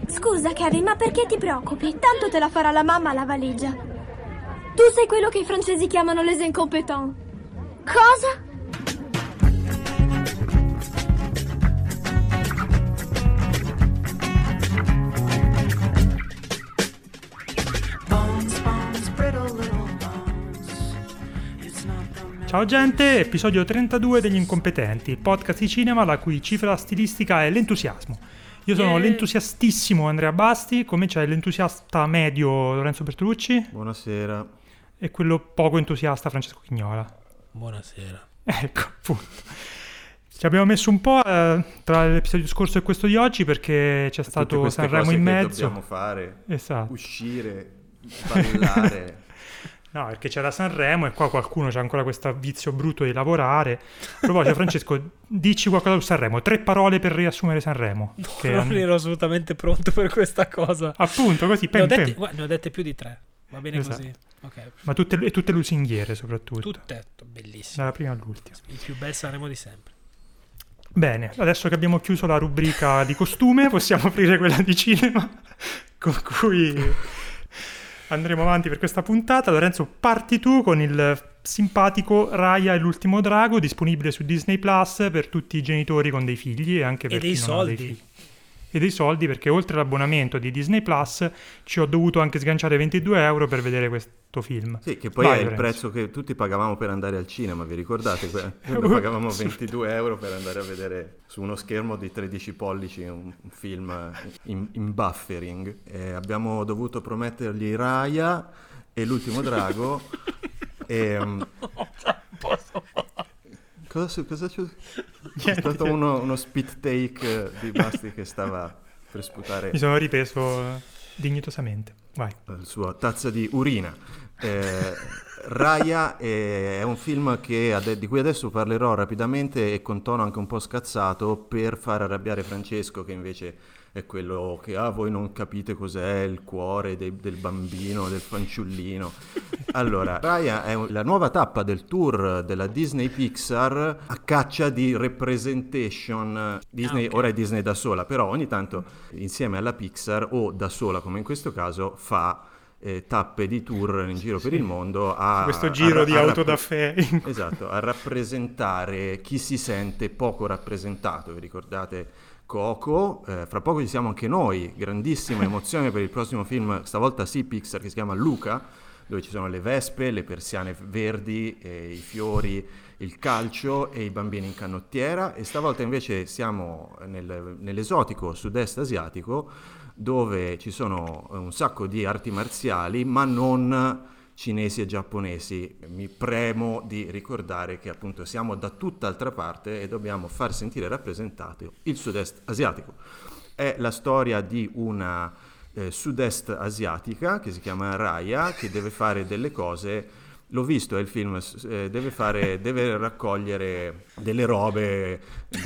Scusa, Kevin, ma perché ti preoccupi? Tanto te la farà la mamma la valigia. Tu sei quello che i francesi chiamano les incompetents. Cosa? Ciao gente, episodio 32 degli Incompetenti, podcast di cinema la cui cifra stilistica è l'entusiasmo. Io sono l'entusiastissimo Andrea Basti, come c'è l'entusiasta medio Lorenzo Bertolucci. Buonasera. E quello poco entusiasta Francesco Chignola. Buonasera. Ecco, appunto. Ci abbiamo messo un po' tra l'episodio scorso e questo di oggi perché c'è stato Sanremo in mezzo. Che dobbiamo fare, esatto. Uscire, ballare. No, perché c'era Sanremo e qua qualcuno c'ha ancora questo vizio brutto di lavorare. A proposito, Francesco, dici qualcosa su Sanremo. 3 parole per riassumere Sanremo. No, che non ero assolutamente pronto per questa cosa. Appunto, così, ne ho dette più di 3. Va bene, esatto. Così. Okay. Ma tutte lusinghiere, soprattutto. Tutte, bellissime. Dalla prima all'ultima. Il più bel Sanremo di sempre. Bene, adesso che abbiamo chiuso la rubrica di costume, possiamo aprire quella di cinema, con cui andremo avanti per questa puntata. Lorenzo, parti tu con il simpatico Raya e l'ultimo drago, disponibile su Disney Plus per tutti i genitori con dei figli e anche per chi non ha dei figli. E dei soldi, perché oltre l'abbonamento di Disney Plus ci ho dovuto anche sganciare 22 euro per vedere questo film. Sì, che poi è il prezzo che tutti pagavamo per andare al cinema, vi ricordate? Noi pagavamo 22 euro per andare a vedere su uno schermo di 13 pollici un film in buffering. Abbiamo dovuto promettergli Raya e l'ultimo drago. Cosa c'è? È stato uno spit take di Basti che stava per sputare. Mi sono ripreso dignitosamente. Vai. La sua tazza di urina. Raya è un film di cui adesso parlerò rapidamente e con tono anche un po' scazzato per far arrabbiare Francesco, che invece è quello che voi non capite cos'è il cuore del bambino, del fanciullino. Allora, Raya è la nuova tappa del tour della Disney Pixar a caccia di representation. Disney, ora è Disney da sola, però ogni tanto insieme alla Pixar o da sola come in questo caso fa tappe di tour in giro per il mondo questo giro di autodafè. Esatto, a rappresentare chi si sente poco rappresentato. Vi ricordate Coco? Fra poco ci siamo anche noi, grandissima emozione per il prossimo film, stavolta sì Pixar, che si chiama Luca, dove ci sono le vespe, le persiane verdi, i fiori, il calcio e i bambini in canottiera, e stavolta invece siamo nell'esotico sud-est asiatico, dove ci sono un sacco di arti marziali, ma non cinesi e giapponesi. Mi premo di ricordare che appunto siamo da tutt'altra parte e dobbiamo far sentire rappresentato il sud-est asiatico. È la storia di una sud-est asiatica che si chiama Raya, che deve fare delle cose. L'ho visto, è il film, deve raccogliere delle robe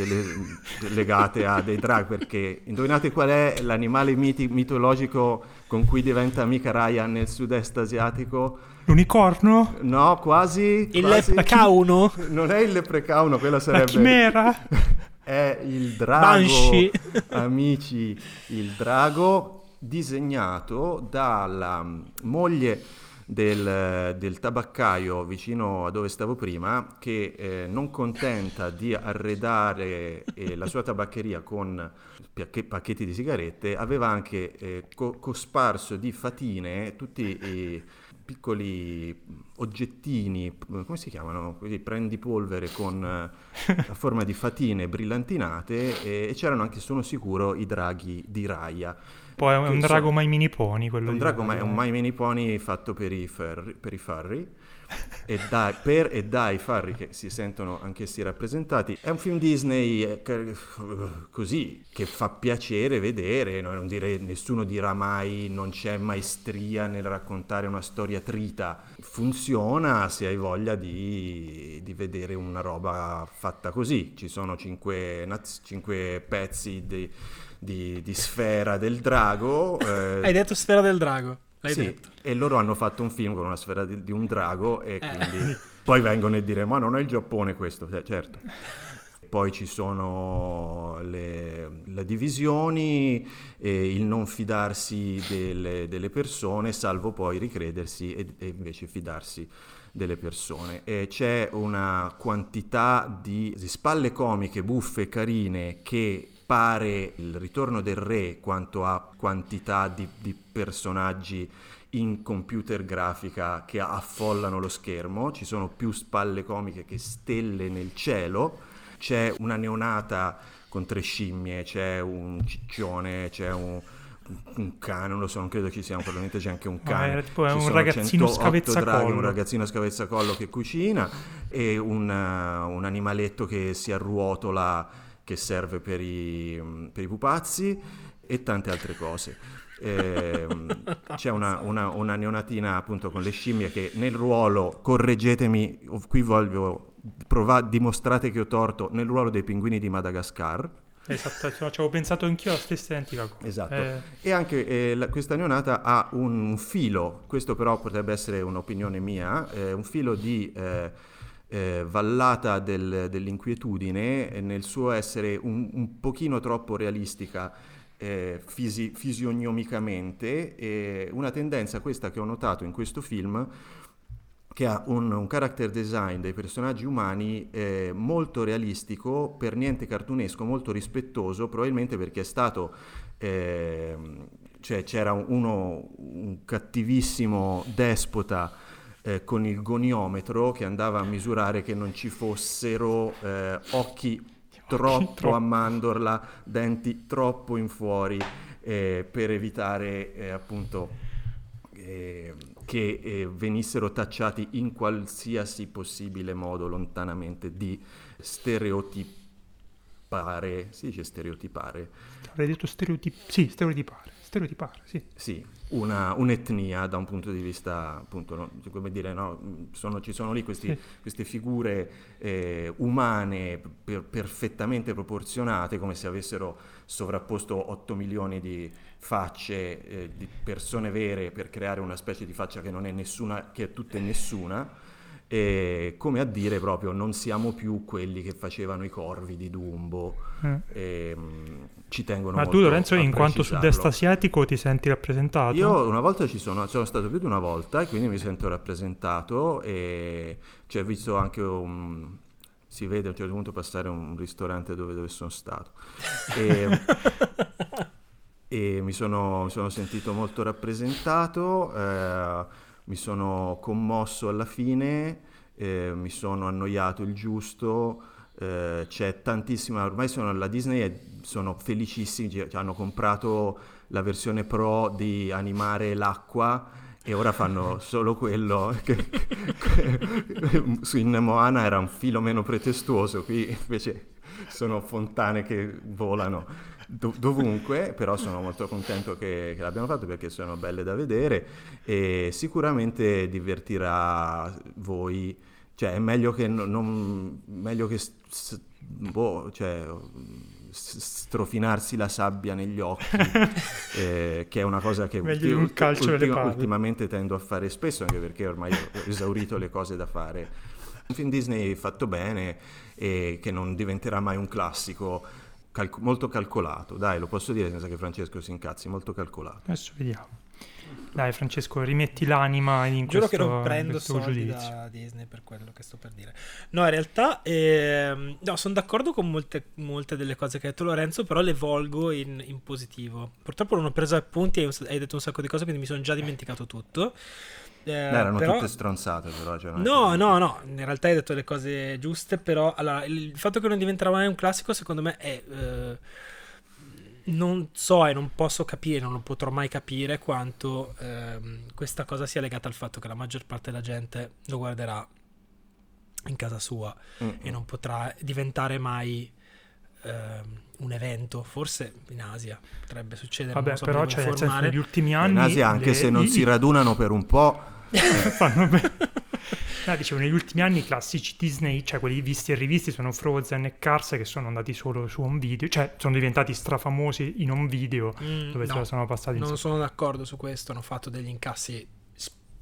legate a dei draghi, perché indovinate qual è l'animale mitologico con cui diventa amica Raya nel sud-est asiatico? L'unicorno? No, quasi. Il leprecauno? Non è il leprecauno, quella sarebbe... La chimera? È il drago, Banshee. Amici, il drago disegnato dalla moglie del tabaccaio vicino a dove stavo prima, che non contenta di arredare la sua tabaccheria con pacchetti di sigarette, aveva anche cosparso di fatine tutti i piccoli oggettini, come si chiamano? Quindi prendipolvere a forma di fatine brillantinate, e c'erano anche, sono sicuro, i draghi di Raya. Poi è un drago My Mini Pony, quello un drago, è un My Mini Pony fatto per i furry e dai furry che si sentono anch'essi rappresentati. È un film Disney così, che fa piacere vedere. Nessuno dirà mai non c'è maestria nel raccontare una storia trita. Funziona se hai voglia di vedere una roba fatta così. Ci sono 5 pezzi di sfera del drago. Hai detto sfera del drago? L'hai detto. E loro hanno fatto un film con una sfera di un drago, e quindi poi vengono a dire ma non è il Giappone questo, certo. poi ci sono le divisioni e il non fidarsi delle persone, salvo poi ricredersi e invece fidarsi delle persone. E c'è una quantità di spalle comiche buffe, carine, che pare il Ritorno del Re quanto a quantità di personaggi in computer grafica che affollano lo schermo. Ci sono più spalle comiche che stelle nel cielo. C'è una neonata con 3 scimmie, c'è un ciccione, c'è un cane, non lo so, non credo ci sia, probabilmente c'è anche un cane. Tipo è un ragazzino scavezzacollo. Un ragazzino scavezzacollo che cucina e un animaletto che si arruotola, che serve per i pupazzi, e tante altre cose. C'è una neonatina appunto con le scimmie che nel ruolo, correggetemi, qui voglio dimostrate che ho torto, nel ruolo dei pinguini di Madagascar. Esatto, ci avevo pensato anch'io alla stessa identica cosa. Esatto. E anche questa neonata ha un filo, questo però potrebbe essere un'opinione mia, un filo di vallata dell'inquietudine nel suo essere un pochino troppo realistica fisionomicamente, una tendenza questa che ho notato in questo film, che ha un character design dei personaggi umani molto realistico, per niente cartunesco, molto rispettoso, probabilmente perché è stato cioè c'era un cattivissimo despota con il goniometro che andava a misurare che non ci fossero occhi troppo a mandorla, denti troppo in fuori, per evitare appunto che venissero tacciati in qualsiasi possibile modo lontanamente di stereotipare. Si dice stereotipare? Avrei detto stereotipare, sì. Sì, un'etnia da un punto di vista, appunto, no, come dire, no, ci sono lì queste figure umane perfettamente proporzionate, come se avessero sovrapposto 8 milioni di facce di persone vere per creare una specie di faccia che non è nessuna, che è tutta e nessuna. Come a dire proprio non siamo più quelli che facevano i corvi di Dumbo. Ci tengono molto. Ma tu, Lorenzo, in quanto precisarlo. sud-est asiatico ti senti rappresentato? Io una volta sono stato più di una volta e quindi mi sento rappresentato, e c'è visto anche si vede a un certo punto passare un ristorante dove sono stato e mi sono sentito molto rappresentato. Mi sono commosso alla fine, mi sono annoiato il giusto, c'è tantissima, ormai sono alla Disney e sono felicissimi, hanno comprato la versione pro di animare l'acqua e ora fanno solo quello, in Moana era un filo meno pretestuoso, qui invece sono fontane che volano dovunque, però sono molto contento che l'abbiamo fatto perché sono belle da vedere e sicuramente divertirà voi, cioè è meglio che strofinarsi la sabbia negli occhi, che è una cosa che un calcio nelle palle. Ultimamente tendo a fare spesso, anche perché ormai ho esaurito le cose da fare. Un film Disney fatto bene e che non diventerà mai un classico, molto calcolato, dai, lo posso dire senza che Francesco si incazzi, molto calcolato. Adesso vediamo. Dai Francesco, rimetti l'anima in Giuro questo, che non prendo soldi giudizio da Disney per quello che sto per dire. No, in realtà no, sono d'accordo con molte delle cose che ha detto Lorenzo, però le volgo in positivo. Purtroppo non ho preso appunti e hai detto un sacco di cose, quindi mi sono già dimenticato tutto. Erano però... tutte stronzate, però. Cioè, no, in realtà hai detto le cose giuste, però allora, il fatto che non diventerà mai un classico secondo me è... non so e non posso capire, non lo potrò mai capire quanto questa cosa sia legata al fatto che la maggior parte della gente lo guarderà in casa sua e non potrà diventare mai un evento. Forse in Asia potrebbe succedere. Vabbè, so, però c'è, nel senso, negli ultimi anni in Asia, anche se non si radunano per un po', fanno bene. No, dicevo, negli ultimi anni i classici Disney, cioè quelli visti e rivisti, sono Frozen e Cars, che sono andati solo su home video, cioè sono diventati strafamosi in home video, dove se la sono passati. Non sono d'accordo su questo, hanno fatto degli incassi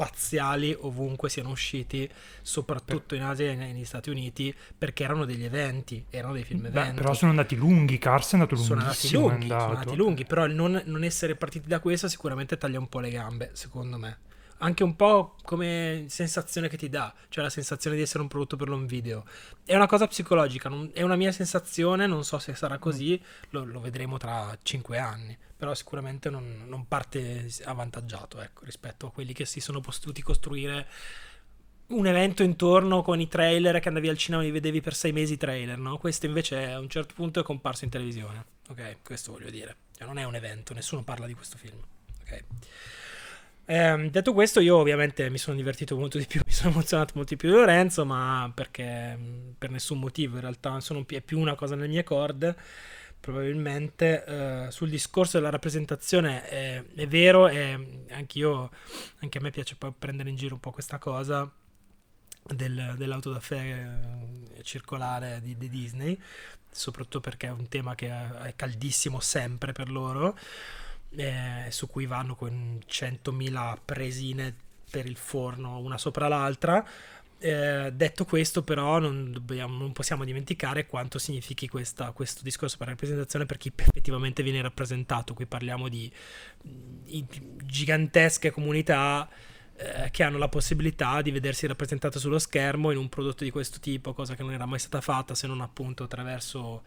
spaziali ovunque siano usciti, soprattutto in Asia e negli Stati Uniti, perché erano degli eventi, erano dei film eventi. Però sono andati lunghi, Cars è andato lunghissimo. Sono andati lunghi, però il non essere partiti da questo sicuramente taglia un po' le gambe, secondo me. Anche un po' come sensazione che ti dà, cioè la sensazione di essere un prodotto per l'home video. È una cosa psicologica, è una mia sensazione, non so se sarà così, lo vedremo tra 5 anni, però sicuramente non parte avvantaggiato, ecco, rispetto a quelli che si sono potuti costruire un evento intorno con i trailer, che andavi al cinema e li vedevi per 6 mesi i trailer, no? Questo invece a un certo punto è comparso in televisione, ok? Questo voglio dire, cioè, non è un evento, nessuno parla di questo film, ok? Detto questo, io ovviamente mi sono divertito molto di più, mi sono emozionato molto di più di Lorenzo, ma perché per nessun motivo, in realtà è più una cosa nelle mie corde. Probabilmente sul discorso della rappresentazione è vero, e anche a me piace poi prendere in giro un po' questa cosa dell'auto da fè circolare di Disney, soprattutto perché è un tema che è caldissimo sempre per loro, su cui vanno con 100.000 presine per il forno una sopra l'altra. Detto questo, però, non possiamo dimenticare quanto significhi questo discorso per la rappresentazione per chi effettivamente viene rappresentato. Qui parliamo di gigantesche comunità che hanno la possibilità di vedersi rappresentate sullo schermo in un prodotto di questo tipo, cosa che non era mai stata fatta se non appunto attraverso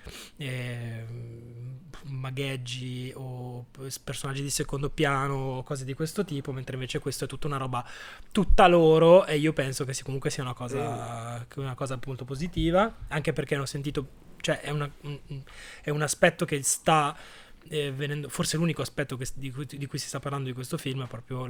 magheggi o personaggi di secondo piano o cose di questo tipo, mentre invece questo è tutta una roba tutta loro, e io penso che comunque sia una cosa appunto positiva, anche perché ho sentito, cioè è un aspetto che sta venendo, forse l'unico aspetto di cui si sta parlando di questo film è proprio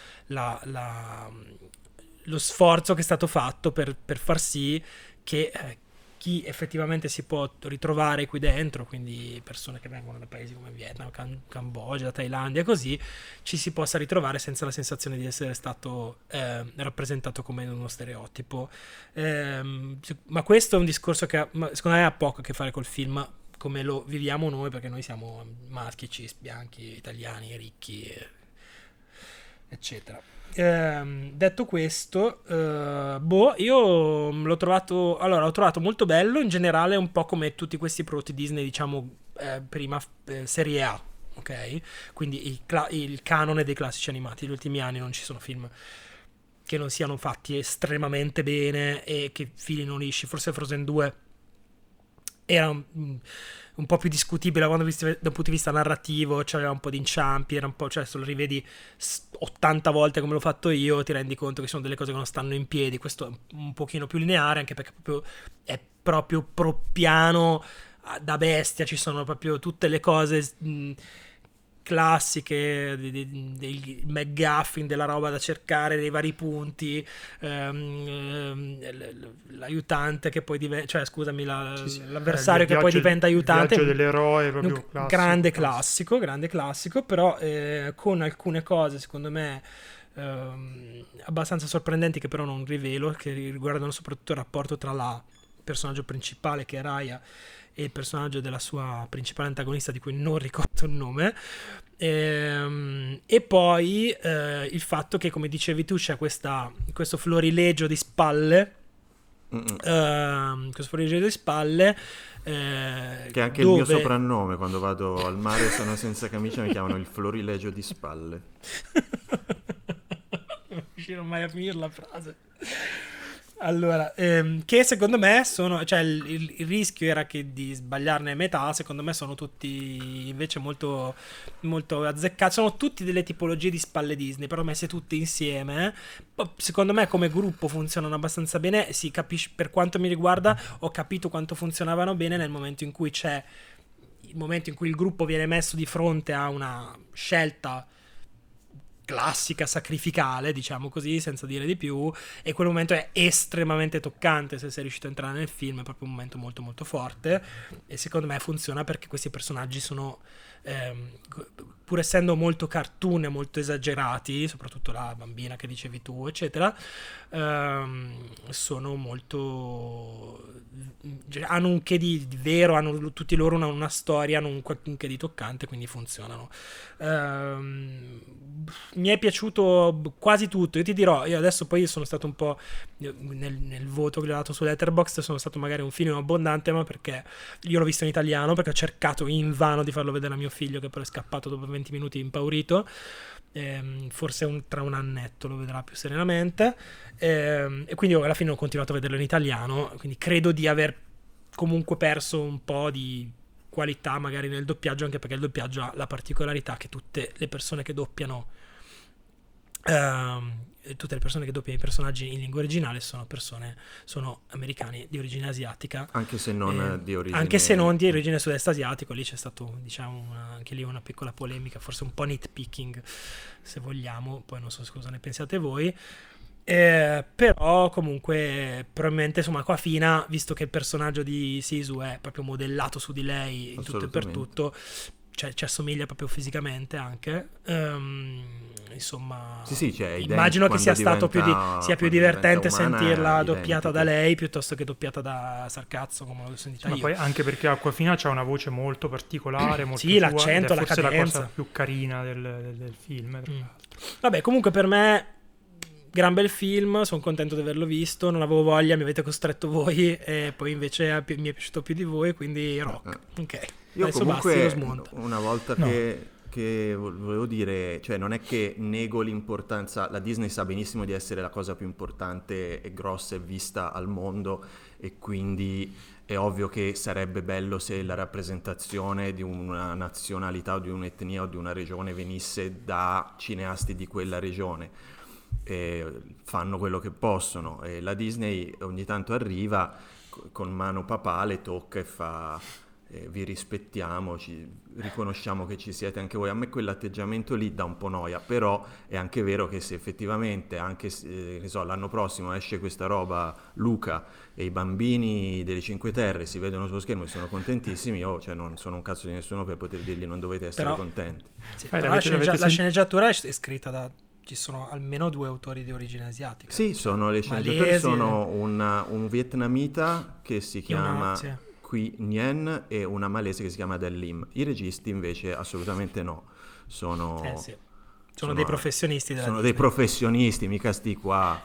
lo sforzo che è stato fatto per far sì che chi effettivamente si può ritrovare qui dentro, quindi persone che vengono da paesi come Vietnam, Cambogia, Thailandia, così, ci si possa ritrovare senza la sensazione di essere stato rappresentato come uno stereotipo. Ma questo è un discorso che secondo me ha poco a che fare col film come lo viviamo noi, perché noi siamo maschi, cis, bianchi, italiani, ricchi, eccetera. Detto questo, io l'ho trovato molto bello in generale, un po' come tutti questi prodotti Disney, diciamo prima serie A, ok? Quindi il canone dei classici animati. Negli ultimi anni non ci sono film che non siano fatti estremamente bene e che filino lisci. Forse Frozen 2 era un po' più discutibile da un punto di vista narrativo, c'aveva un po' di inciampi, era un po', cioè se lo rivedi 80 volte come l'ho fatto io ti rendi conto che sono delle cose che non stanno in piedi. Questo è un pochino più lineare, anche perché è proprio piano da bestia, ci sono proprio tutte le cose classiche del McGuffin, della roba da cercare dei vari punti, l'aiutante che poi diventa, cioè scusami, l'avversario che poi diventa aiutante, il viaggio dell'eroe, proprio classico, grande classico, però con alcune cose secondo me abbastanza sorprendenti, che però non rivelo, che riguardano soprattutto il rapporto tra il personaggio principale, che è Raya, e il personaggio della sua principale antagonista, di cui non ricordo il nome, e poi il fatto che, come dicevi tu, c'è questo florilegio di spalle, che è anche il mio soprannome. Quando vado al mare e sono senza camicia mi chiamano il florilegio di spalle. Non riuscirò mai a finire la frase. Allora, che secondo me cioè il rischio era che di sbagliarne metà, secondo me sono tutti invece molto, molto azzeccati, sono tutti delle tipologie di spalle Disney, però messe tutte insieme, secondo me come gruppo funzionano abbastanza bene. Si capisce, per quanto mi riguarda, ho capito quanto funzionavano bene nel momento in cui il gruppo viene messo di fronte a una scelta classica, sacrificale, diciamo così, senza dire di più, e quel momento è estremamente toccante. Se sei riuscito a entrare nel film è proprio un momento molto molto forte, e secondo me funziona perché questi personaggi sono pur essendo molto cartoon e molto esagerati, soprattutto la bambina che dicevi tu, eccetera, sono molto... hanno un che di vero, hanno tutti loro una storia, hanno un che di toccante, quindi funzionano. Mi è piaciuto quasi tutto. Io ti dirò, io adesso poi sono stato un po' nel voto che gli ho dato su Letterboxd, sono stato magari un film abbondante, ma perché io l'ho visto in italiano, perché ho cercato invano di farlo vedere a mio figlio, che poi è scappato dopo 20 minuti impaurito. Forse tra un annetto lo vedrà più serenamente, e quindi alla fine ho continuato a vederlo in italiano, quindi credo di aver comunque perso un po' di qualità magari nel doppiaggio, anche perché il doppiaggio ha la particolarità che tutte le persone che doppiano i personaggi in lingua originale sono americani di origine asiatica, anche se non di origine sud-est asiatico. Lì c'è stato, diciamo, anche lì una piccola polemica, forse un po' nitpicking se vogliamo, poi non so cosa ne pensiate voi. Però comunque probabilmente, insomma, qua Fina, visto che il personaggio di Sisu è proprio modellato su di lei in tutto e per tutto, cioè ci assomiglia proprio fisicamente anche, insomma, sì, cioè, immagino che sia stato sia più divertente sentirla doppiata da lei piuttosto che doppiata da Sarcazzo, come l'ho sentita io. Ma poi anche perché Awkwafina c'ha una voce molto particolare, molto sì, sua, l'accento, ed è forse la cadenza, la cosa più carina del film. Vabbè, comunque per me gran bel film, sono contento di averlo visto, non avevo voglia, mi avete costretto voi, e poi invece mi è piaciuto più di voi, quindi rock. Ok. Io adesso comunque basta, una volta che volevo dire, cioè non è che nego l'importanza, la Disney sa benissimo di essere la cosa più importante e grossa e vista al mondo, e quindi è ovvio che sarebbe bello se la rappresentazione di una nazionalità o di un'etnia o di una regione venisse da cineasti di quella regione. Fanno quello che possono, e la Disney ogni tanto arriva con mano papale, tocca e fa vi rispettiamo, riconosciamo che ci siete anche voi. A me quell'atteggiamento lì dà un po' noia, però è anche vero che se effettivamente anche l'anno prossimo esce questa roba Luca e i bambini delle Cinque Terre si vedono sullo schermo e sono contentissimi, io non sono un cazzo di nessuno per poter dirgli non dovete essere contenti. Sì, però la sceneggiatura è scritta da... Ci sono almeno 2 autori di origine asiatica. Sì, le sceneggiature sono un vietnamita che si chiama Qui Nguyen e una malese che si chiama Del Lim. I registi invece assolutamente no. Sono dei professionisti della Sono Disney. dei professionisti, mica sti qua.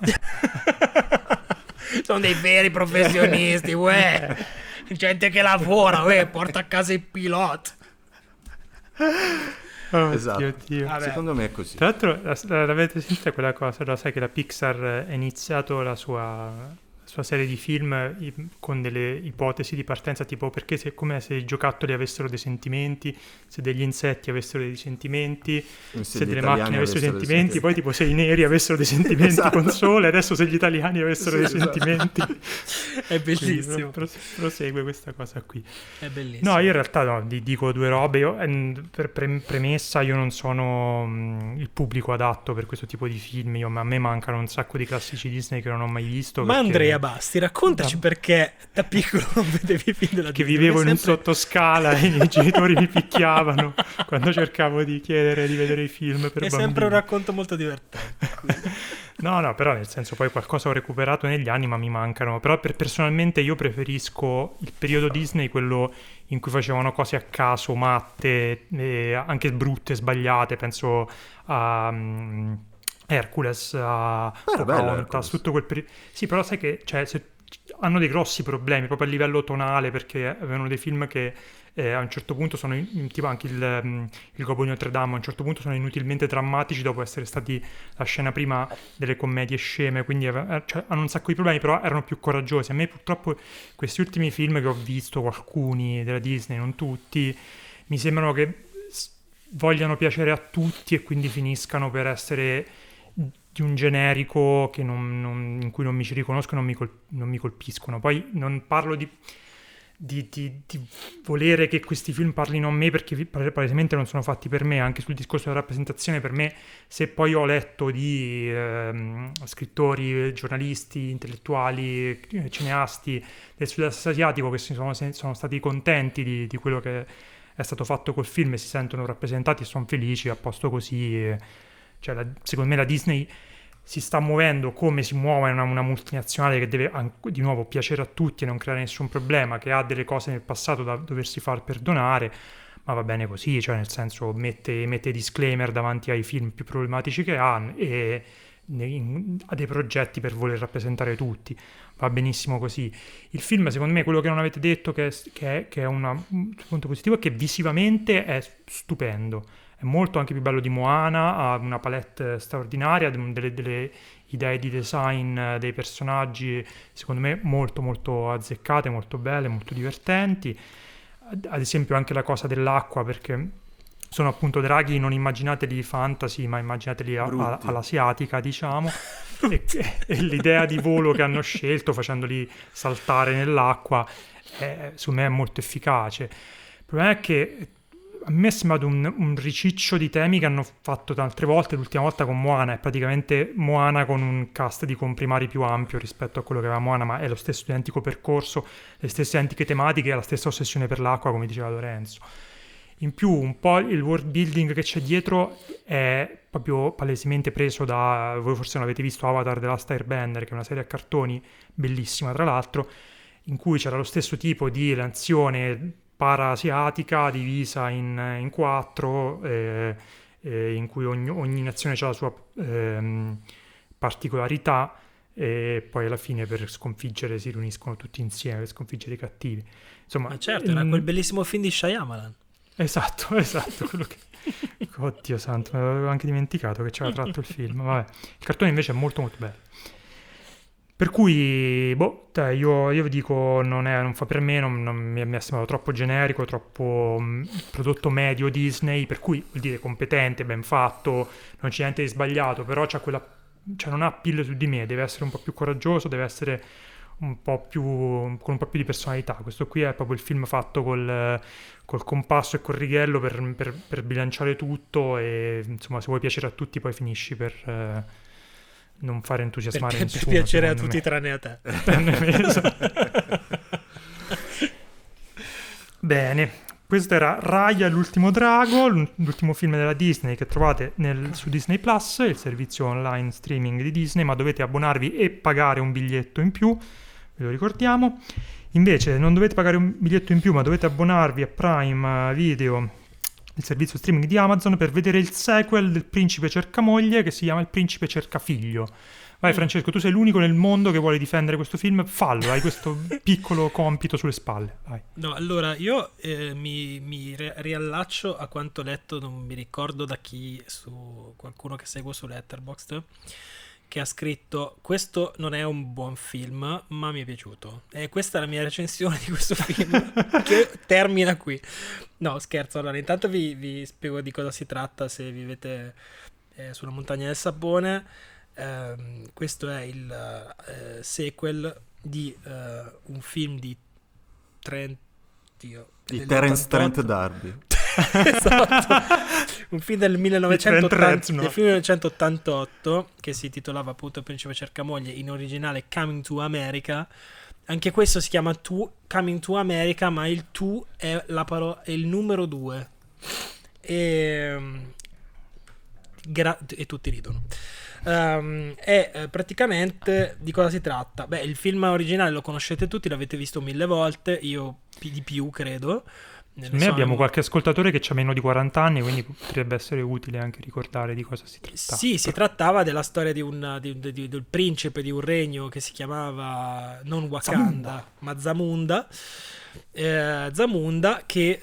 Sono dei veri professionisti, uè. Gente che lavora, porta a casa i piloti. Oh, esatto. Dio. Secondo me è così. Tra l'altro l'avete sentita quella cosa? Lo sai che la Pixar ha iniziato la sua serie di film con delle ipotesi di partenza, tipo perché come se i giocattoli avessero dei sentimenti, se degli insetti avessero dei sentimenti, se delle macchine avessero dei sentimenti, poi tipo se i neri avessero dei sentimenti esatto. con sole, adesso se gli italiani avessero dei sentimenti. È bellissimo. Prosegue questa cosa qui. È bellissimo. No, io in realtà dico 2 robe. Io, per premessa, io non sono il pubblico adatto per questo tipo di film. A me mancano un sacco di classici Disney che non ho mai visto. Ma Andrea Basti, raccontaci perché da piccolo non vedevi i film della che Disney. Vivevo in un sottoscala e i miei genitori mi picchiavano quando cercavo di chiedere di vedere i film per bambini. È sempre un racconto molto divertente. No, però nel senso poi qualcosa ho recuperato negli anni, ma mi mancano. Però personalmente io preferisco il periodo Disney, quello in cui facevano cose a caso, matte, anche brutte, sbagliate. Penso a Hercules, a Pocahontas, tutto quel periodo. Sì, però sai che hanno dei grossi problemi proprio a livello tonale, perché avevano dei film che a un certo punto sono tipo anche il Gobbo di Notre Dame, a un certo punto sono inutilmente drammatici dopo essere stati la scena prima delle commedie sceme, quindi hanno un sacco di problemi, però erano più coraggiosi. A me purtroppo questi ultimi film che ho visto, alcuni della Disney, non tutti, mi sembrano che vogliano piacere a tutti e quindi finiscano per essere di un generico che in cui non mi ci riconosco e non mi colpiscono. Poi non parlo di volere che questi film parlino a me, perché palesemente non sono fatti per me. Anche sul discorso della rappresentazione, per me, se poi ho letto di scrittori, giornalisti, intellettuali, cineasti del sud-est asiatico che sono stati contenti di quello che è stato fatto col film e si sentono rappresentati e sono felici, a posto così. Cioè, secondo me la Disney si sta muovendo come si muove una multinazionale che deve di nuovo piacere a tutti e non creare nessun problema, che ha delle cose nel passato da doversi far perdonare, ma va bene così, cioè nel senso mette disclaimer davanti ai film più problematici che ha e ha dei progetti per voler rappresentare tutti, va benissimo così. Il film, secondo me, quello che non avete detto che è un punto positivo è che visivamente è stupendo, è molto anche più bello di Moana, ha una palette straordinaria, delle idee di design dei personaggi, secondo me molto molto azzeccate, molto belle, molto divertenti. Ad esempio anche la cosa dell'acqua, perché sono appunto draghi, non immaginateli fantasy, ma immaginateli all'asiatica, diciamo, e l'idea di volo che hanno scelto facendoli saltare nell'acqua, secondo me è molto efficace. Il problema è che a me è sembrato un riciccio di temi che hanno fatto altre volte. L'ultima volta con Moana è praticamente Moana con un cast di comprimari più ampio rispetto a quello che aveva Moana, ma è lo stesso identico percorso, le stesse antiche tematiche, la stessa ossessione per l'acqua, come diceva Lorenzo. In più un po' il world building che c'è dietro è proprio palesemente preso da, voi forse non avete visto Avatar The Last Airbender, che è una serie a cartoni bellissima tra l'altro, in cui c'era lo stesso tipo di nazione para-asiatica divisa in 4, in cui ogni nazione ha la sua particolarità, e poi alla fine per sconfiggere si riuniscono tutti insieme per sconfiggere i cattivi. Insomma, ma certo, era quel bellissimo film di Shyamalan. Esatto, quello che... Oddio santo, me l'avevo anche dimenticato che c'era tratto il film. Vabbè. Il cartone invece è molto molto bello. Per cui, io vi dico, non fa per me, non mi è sembrato troppo generico, troppo prodotto medio Disney, per cui vuol dire competente, ben fatto, non c'è niente di sbagliato, però non ha appeal su di me, deve essere un po' più coraggioso, deve essere con un po' più di personalità. Questo qui è proprio il film fatto col compasso e col righello per bilanciare tutto, e insomma se vuoi piacere a tutti poi finisci per non fare entusiasmare nessuno. Per piacere a tutti tranne a te. Bene, questo era Raya l'ultimo drago, l'ultimo film della Disney che trovate su Disney Plus, il servizio online streaming di Disney, ma dovete abbonarvi e pagare un biglietto in più, ve lo ricordiamo. Invece non dovete pagare un biglietto in più, ma dovete abbonarvi a Prime Video, il servizio streaming di Amazon, per vedere il sequel del Principe cerca moglie, che si chiama Il Principe cerca figlio. Vai Francesco, tu sei l'unico nel mondo che vuole difendere questo film, fallo, hai questo piccolo compito sulle spalle. Vai. No, allora io mi riallaccio a quanto letto, non mi ricordo da chi, su qualcuno che seguo su Letterboxd, che ha scritto: questo non è un buon film, ma mi è piaciuto. E questa è la mia recensione di questo film, che termina qui. No, scherzo. Allora, intanto vi spiego di cosa si tratta se vivete sulla montagna del Sapone. Questo è il sequel di un film di Terence Trent D'Arby. Esatto. Un film del 1988 che si titolava appunto Principe cerca moglie, in originale Coming to America. Anche questo si chiama Coming to America, ma il to è è il numero 2 e tutti ridono. Praticamente di cosa si tratta? Beh, il film originale lo conoscete tutti, l'avete visto 1000 volte, io di più credo. Noi abbiamo qualche ascoltatore che ha meno di 40 anni, quindi potrebbe essere utile anche ricordare di cosa si trattava. Sì, si trattava della storia del principe di un regno che si chiamava non Wakanda, ma Zamunda. Zamunda che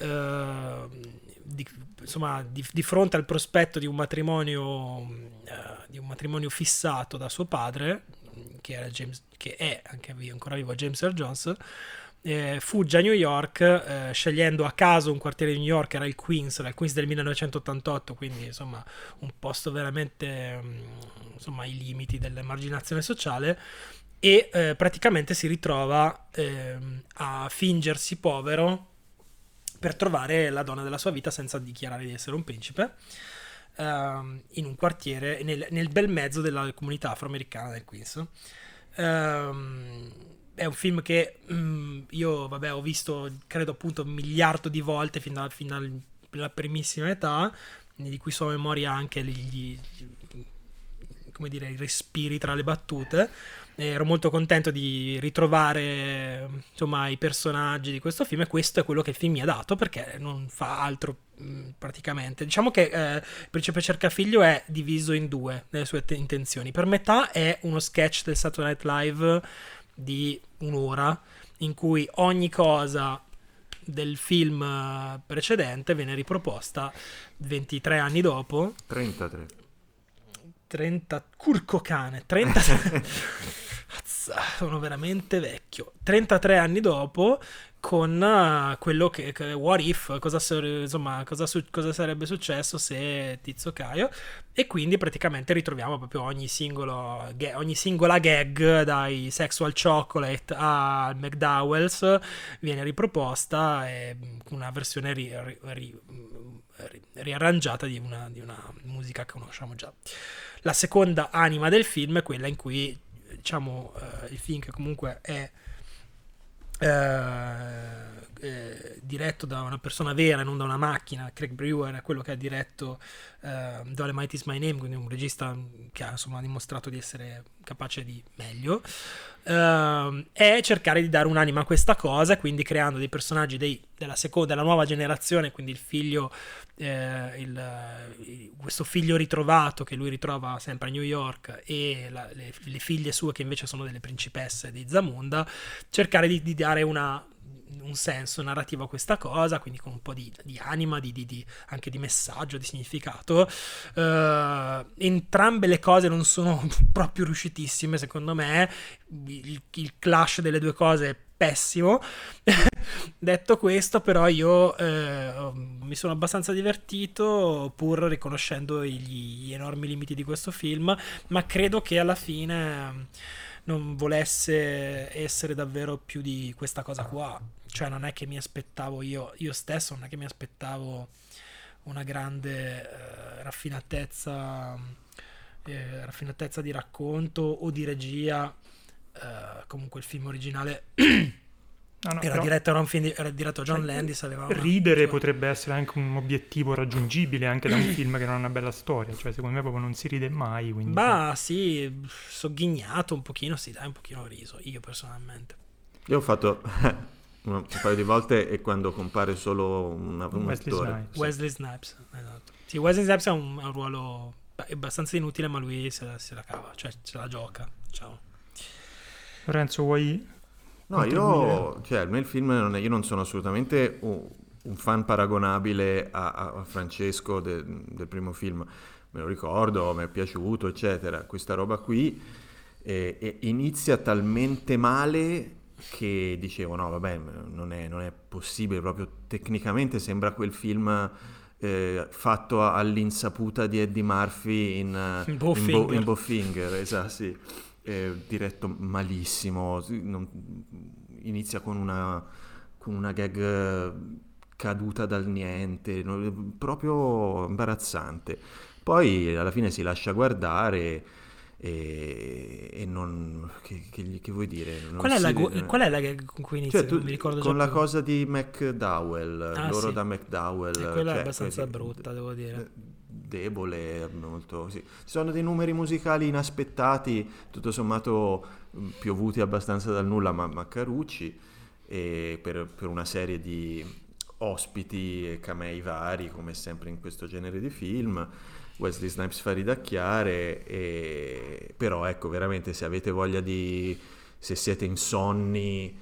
di fronte al prospetto di un matrimonio fissato da suo padre, che è anche ancora vivo, James Earl Jones, fugge a New York, scegliendo a caso un quartiere di New York, era il Queens del 1988, quindi insomma un posto veramente ai limiti dell'emarginazione sociale, e praticamente si ritrova a fingersi povero per trovare la donna della sua vita senza dichiarare di essere un principe, in un quartiere nel bel mezzo della comunità afroamericana del Queens. è un film che io, vabbè, ho visto, credo appunto, 1 miliardo di volte fino alla primissima età, di cui so a memoria anche come dire, i respiri tra le battute. Ero molto contento di ritrovare, insomma, i personaggi di questo film, e questo è quello che il film mi ha dato, perché non fa altro praticamente. Diciamo che Il Principe Cercafiglio è diviso in due nelle sue intenzioni. Per metà è uno sketch del Saturday Night Live di 1 ora, in cui ogni cosa del film precedente viene riproposta 23 anni dopo. 30 curco cane, 33 sono veramente vecchio. 33 anni dopo, con quello che what if, cosa sarebbe successo se Tizio Caio, e quindi praticamente ritroviamo proprio ogni singola gag, dai Sexual Chocolate al McDowell's, viene riproposta, e una versione riarrangiata di una musica che conosciamo già. La seconda anima del film è quella in cui, diciamo, il film, che comunque è diretto da una persona vera e non da una macchina. Craig Brewer è quello che ha diretto Dolomite Is My Name, quindi un regista che ha, insomma, dimostrato di essere capace di meglio, è cercare di dare un'anima a questa cosa, quindi creando dei personaggi della nuova generazione, quindi il figlio, questo figlio ritrovato che lui ritrova sempre a New York, e le figlie sue che invece sono delle principesse di Zamunda, cercare di dare un senso narrativo a questa cosa, quindi con un po' di anima, anche di messaggio, di significato. Entrambe le cose non sono proprio riuscitissime, secondo me. Il clash delle due cose è pessimo. Detto questo, però, io mi sono abbastanza divertito, pur riconoscendo gli enormi limiti di questo film, ma credo che alla fine non volesse essere davvero più di questa cosa qua. Cioè, non è che mi aspettavo io stesso, non è che mi aspettavo una grande raffinatezza di racconto o di regia. Comunque il film originale era diretto da John Landis, ridere potrebbe essere anche un obiettivo raggiungibile anche da un film che non ha una bella storia, cioè secondo me proprio non si ride mai, quindi sì, sogghignato un pochino, sì, dai, un pochino riso, io personalmente. Io ho fatto un paio di volte, e quando compare solo un attore. Wesley Snipes, esatto. Sì, Wesley Snipes ha un ruolo abbastanza inutile, ma lui se la cava, cioè se la gioca. Ciao Lorenzo, vuoi? No, a me il film io non sono assolutamente un fan paragonabile a Francesco del primo film. Me lo ricordo, mi è piaciuto, eccetera. Questa roba qui inizia talmente male che dicevo, no, vabbè, non è possibile, proprio tecnicamente sembra quel film fatto all'insaputa di Eddie Murphy in Bowfinger, esatto, sì. Diretto malissimo, inizia con una gag caduta dal niente, proprio imbarazzante. Poi alla fine si lascia guardare e non che vuoi dire? Qual è la gag con cui inizia? Cioè, non mi ricordo con già la più. cosa di McDowell, loro sì. da McDowell, Quella è abbastanza brutta, devo dire. Debole, molto, sì. Ci sono dei numeri musicali inaspettati, tutto sommato piovuti abbastanza dal nulla, ma carucci, e per una serie di ospiti e camei vari, come sempre in questo genere di film. Wesley Snipes fa ridacchiare, però ecco, veramente, se avete voglia se siete insonni,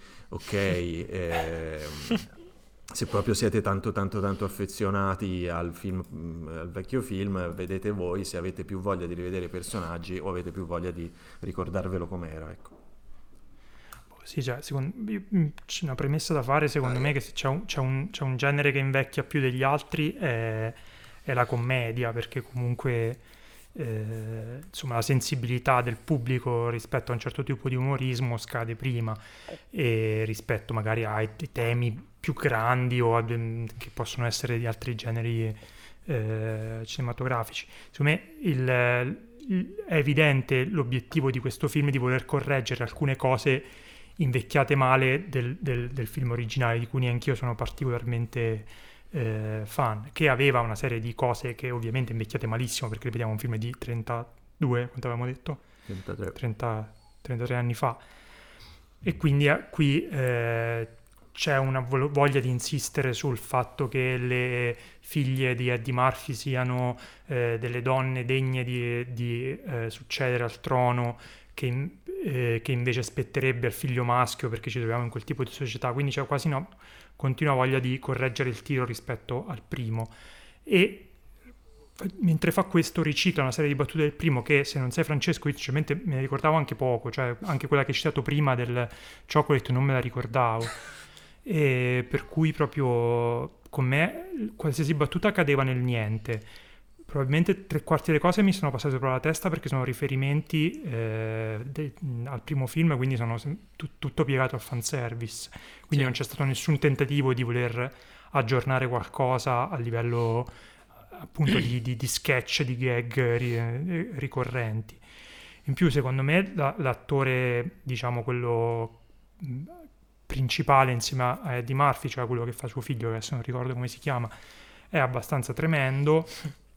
ok, se proprio siete tanto affezionati al vecchio film, vedete voi. Se avete più voglia di rivedere i personaggi o avete più voglia di ricordarvelo com'era, ecco. Sì, cioè, c'è una premessa da fare, secondo me, che se c'è un genere che invecchia più degli altri è la commedia, perché comunque insomma la sensibilità del pubblico rispetto a un certo tipo di umorismo scade prima, e rispetto magari ai temi più grandi o che possono essere di altri generi cinematografici. Secondo me è evidente l'obiettivo di questo film di voler correggere alcune cose invecchiate male del film originale, di cui neanch'io sono particolarmente fan, che aveva una serie di cose che ovviamente invecchiate malissimo, perché ripetiamo un film di 32, quanto avevamo detto? 33 anni fa, e quindi qui c'è una voglia di insistere sul fatto che le figlie di Eddie Murphy siano delle donne degne di succedere al trono, che invece spetterebbe al figlio maschio, perché ci troviamo in quel tipo di società. Quindi c'è quasi una continua voglia di correggere il tiro rispetto al primo, e mentre fa questo ricicla una serie di battute del primo che, se non sei Francesco, io sinceramente me ne ricordavo anche poco, cioè anche quella che hai citato prima del chocolate non me la ricordavo, e per cui proprio con me qualsiasi battuta cadeva nel niente. Probabilmente 3/4 delle cose mi sono passate sopra la testa perché sono riferimenti al primo film, quindi sono tutto piegato al fanservice, quindi non c'è stato nessun tentativo di voler aggiornare qualcosa a livello appunto di sketch, di gag ricorrenti. In più, secondo me, l'attore, diciamo quello principale insieme a Eddie Murphy, cioè quello che fa suo figlio, che adesso non ricordo come si chiama, è abbastanza tremendo,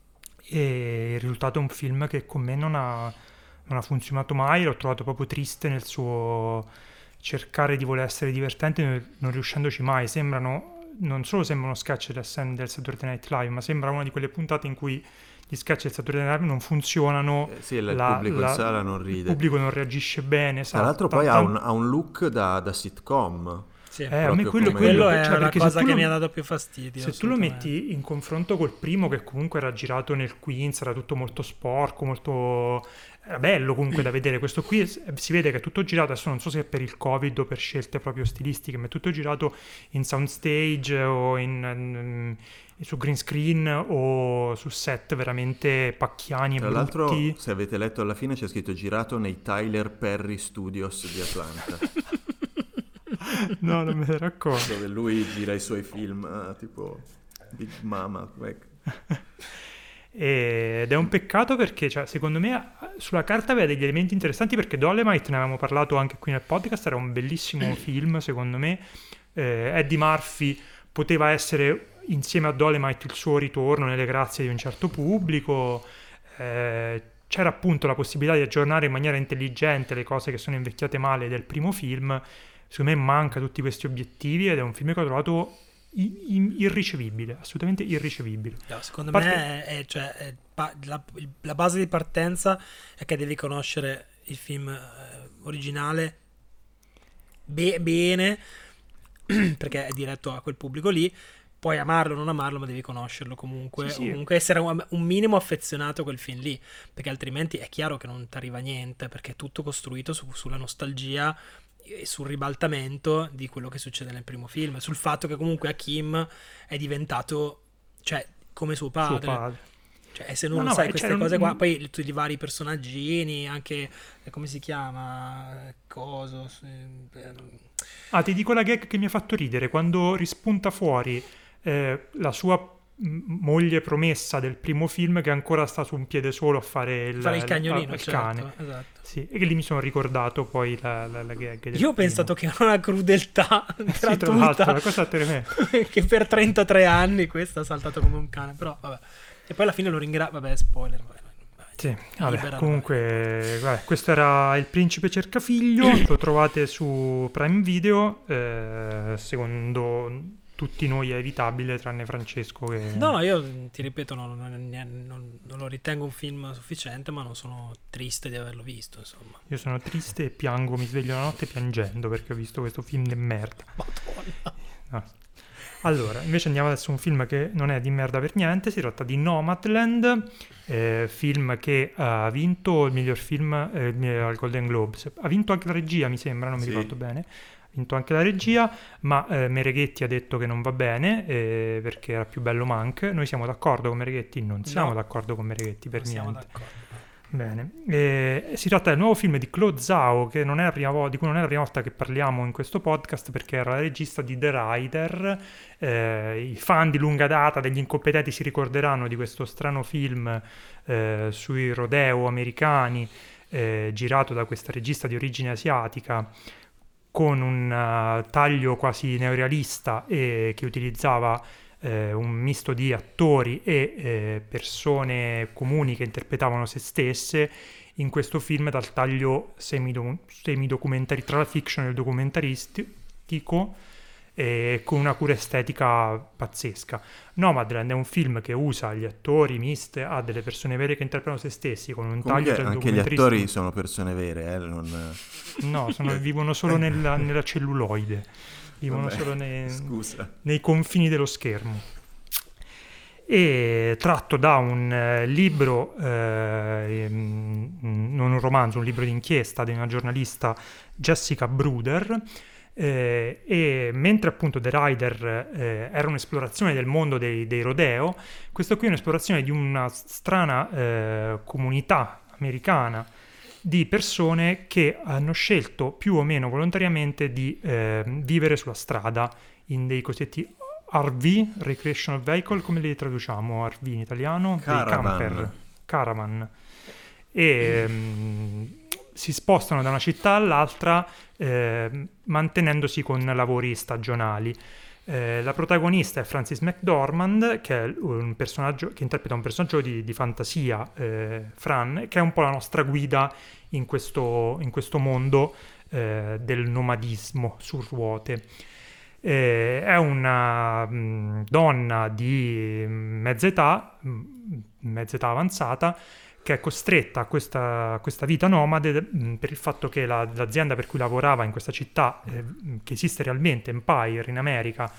e il risultato è un film che con me non ha funzionato mai. L'ho trovato proprio triste nel suo cercare di voler essere divertente, non riuscendoci mai. Non solo sembrano sketch del Saturday Night Live, ma sembra una di quelle puntate in cui gli sketch del Saturday Night Live non funzionano, sì, il pubblico in sala non ride, il pubblico non reagisce bene, tra l'altro poi ha un look da sitcom. Sì, a me quello è cioè, la cosa che mi ha dato più fastidio. Se tu lo metti in confronto col primo, che comunque era girato nel Queens, era tutto molto sporco, molto bello comunque da vedere, questo qui si vede che è tutto girato, adesso non so se è per il Covid o per scelte proprio stilistiche, ma è tutto girato in soundstage o su green screen o su set veramente pacchiani e brutti. Tra l'altro, se avete letto, alla fine c'è scritto girato nei Tyler Perry Studios di Atlanta. No, non me ne ero accorto. Dove lui gira i suoi film, tipo Big Mama. Ed è un peccato perché, cioè, secondo me sulla carta aveva degli elementi interessanti, perché Dolemite, ne avevamo parlato anche qui nel podcast, era un bellissimo film secondo me. Eddie Murphy poteva essere insieme a Dolemite il suo ritorno nelle grazie di un certo pubblico. C'era appunto la possibilità di aggiornare in maniera intelligente le cose che sono invecchiate male del primo film. Secondo me manca tutti questi obiettivi ed è un film che ho trovato irricevibile, assolutamente irricevibile. No, secondo me la base di partenza è che devi conoscere il film originale bene, perché è diretto a quel pubblico lì. Puoi amarlo o non amarlo, ma devi conoscerlo comunque. Sì. Comunque essere un minimo affezionato a quel film lì, perché altrimenti è chiaro che non ti arriva niente, perché è tutto costruito sulla nostalgia e sul ribaltamento di quello che succede nel primo film, sul fatto che comunque Hakim è diventato, cioè, come suo padre. Cioè, se non sai queste cose qua, poi tutti i vari personaggini, anche come si chiama, ti dico la gag che mi ha fatto ridere quando rispunta fuori la sua moglie promessa del primo film, che ancora sta su un piede solo a fare il cagnolino, il certo, cane. esatto. Sì, e che lì mi sono ricordato poi la gag. Io ho pensato che era una crudeltà gratuita, tra l'altro, la cosa tremenda. Che per 33 anni questo ha saltato come un cane, però vabbè. E poi alla fine lo ringrazio, vabbè, spoiler. Sì, vabbè, comunque, questo era Il Principe cerca figlio, lo trovate su Prime Video, secondo tutti noi è evitabile, tranne Francesco che... No, io ti ripeto, non lo ritengo un film sufficiente, ma non sono triste di averlo visto, insomma. Io sono triste e piango, mi sveglio la notte piangendo perché ho visto questo film di merda. Madonna. No. Allora, invece andiamo adesso a un film che non è di merda per niente, si tratta di Nomadland, film che ha vinto il miglior film al Golden Globes, ha vinto anche la regia, mi sembra, non mi ricordo bene, ha vinto anche la regia, ma Mereghetti ha detto che non va bene perché era più bello Mank. Noi siamo d'accordo con Mereghetti? Non siamo d'accordo con Mereghetti per niente. Siamo d'accordo. Bene, si tratta del nuovo film di Chloe Zhao, che non è di cui non è la prima volta che parliamo in questo podcast, perché era la regista di The Rider. I fan di lunga data degli incompetenti si ricorderanno di questo strano film sui rodeo americani, girato da questa regista di origine asiatica, con un taglio quasi neorealista e che utilizzava un misto di attori e persone comuni che interpretavano se stesse in questo film dal taglio semidocumentari tra la fiction e il documentaristico, con una cura estetica pazzesca. Nomadland è un film che usa gli attori miste a delle persone vere che interpretano se stessi con un Comunque, taglio del anche gli attori sono persone vere, no, vivono solo nella celluloide, vivono solo nei confini dello schermo. E tratto da un libro, non un romanzo, un libro d'inchiesta di una giornalista, Jessica Bruder. E mentre appunto The Rider era un'esplorazione del mondo dei rodeo, questo qui è un'esplorazione di una strana comunità americana di persone che hanno scelto più o meno volontariamente di vivere sulla strada in dei cosiddetti RV, Recreational Vehicle, come li traduciamo RV in italiano? Dei camper, caravan. E si spostano da una città all'altra mantenendosi con lavori stagionali. La protagonista è Frances McDormand, che è un personaggio che interpreta un personaggio di fantasia, Fran, che è un po' la nostra guida in questo mondo del nomadismo su ruote. È una donna di mezza età avanzata, che è costretta a questa vita nomade per il fatto che l'azienda per cui lavorava in questa città, che esiste realmente, Empire in America,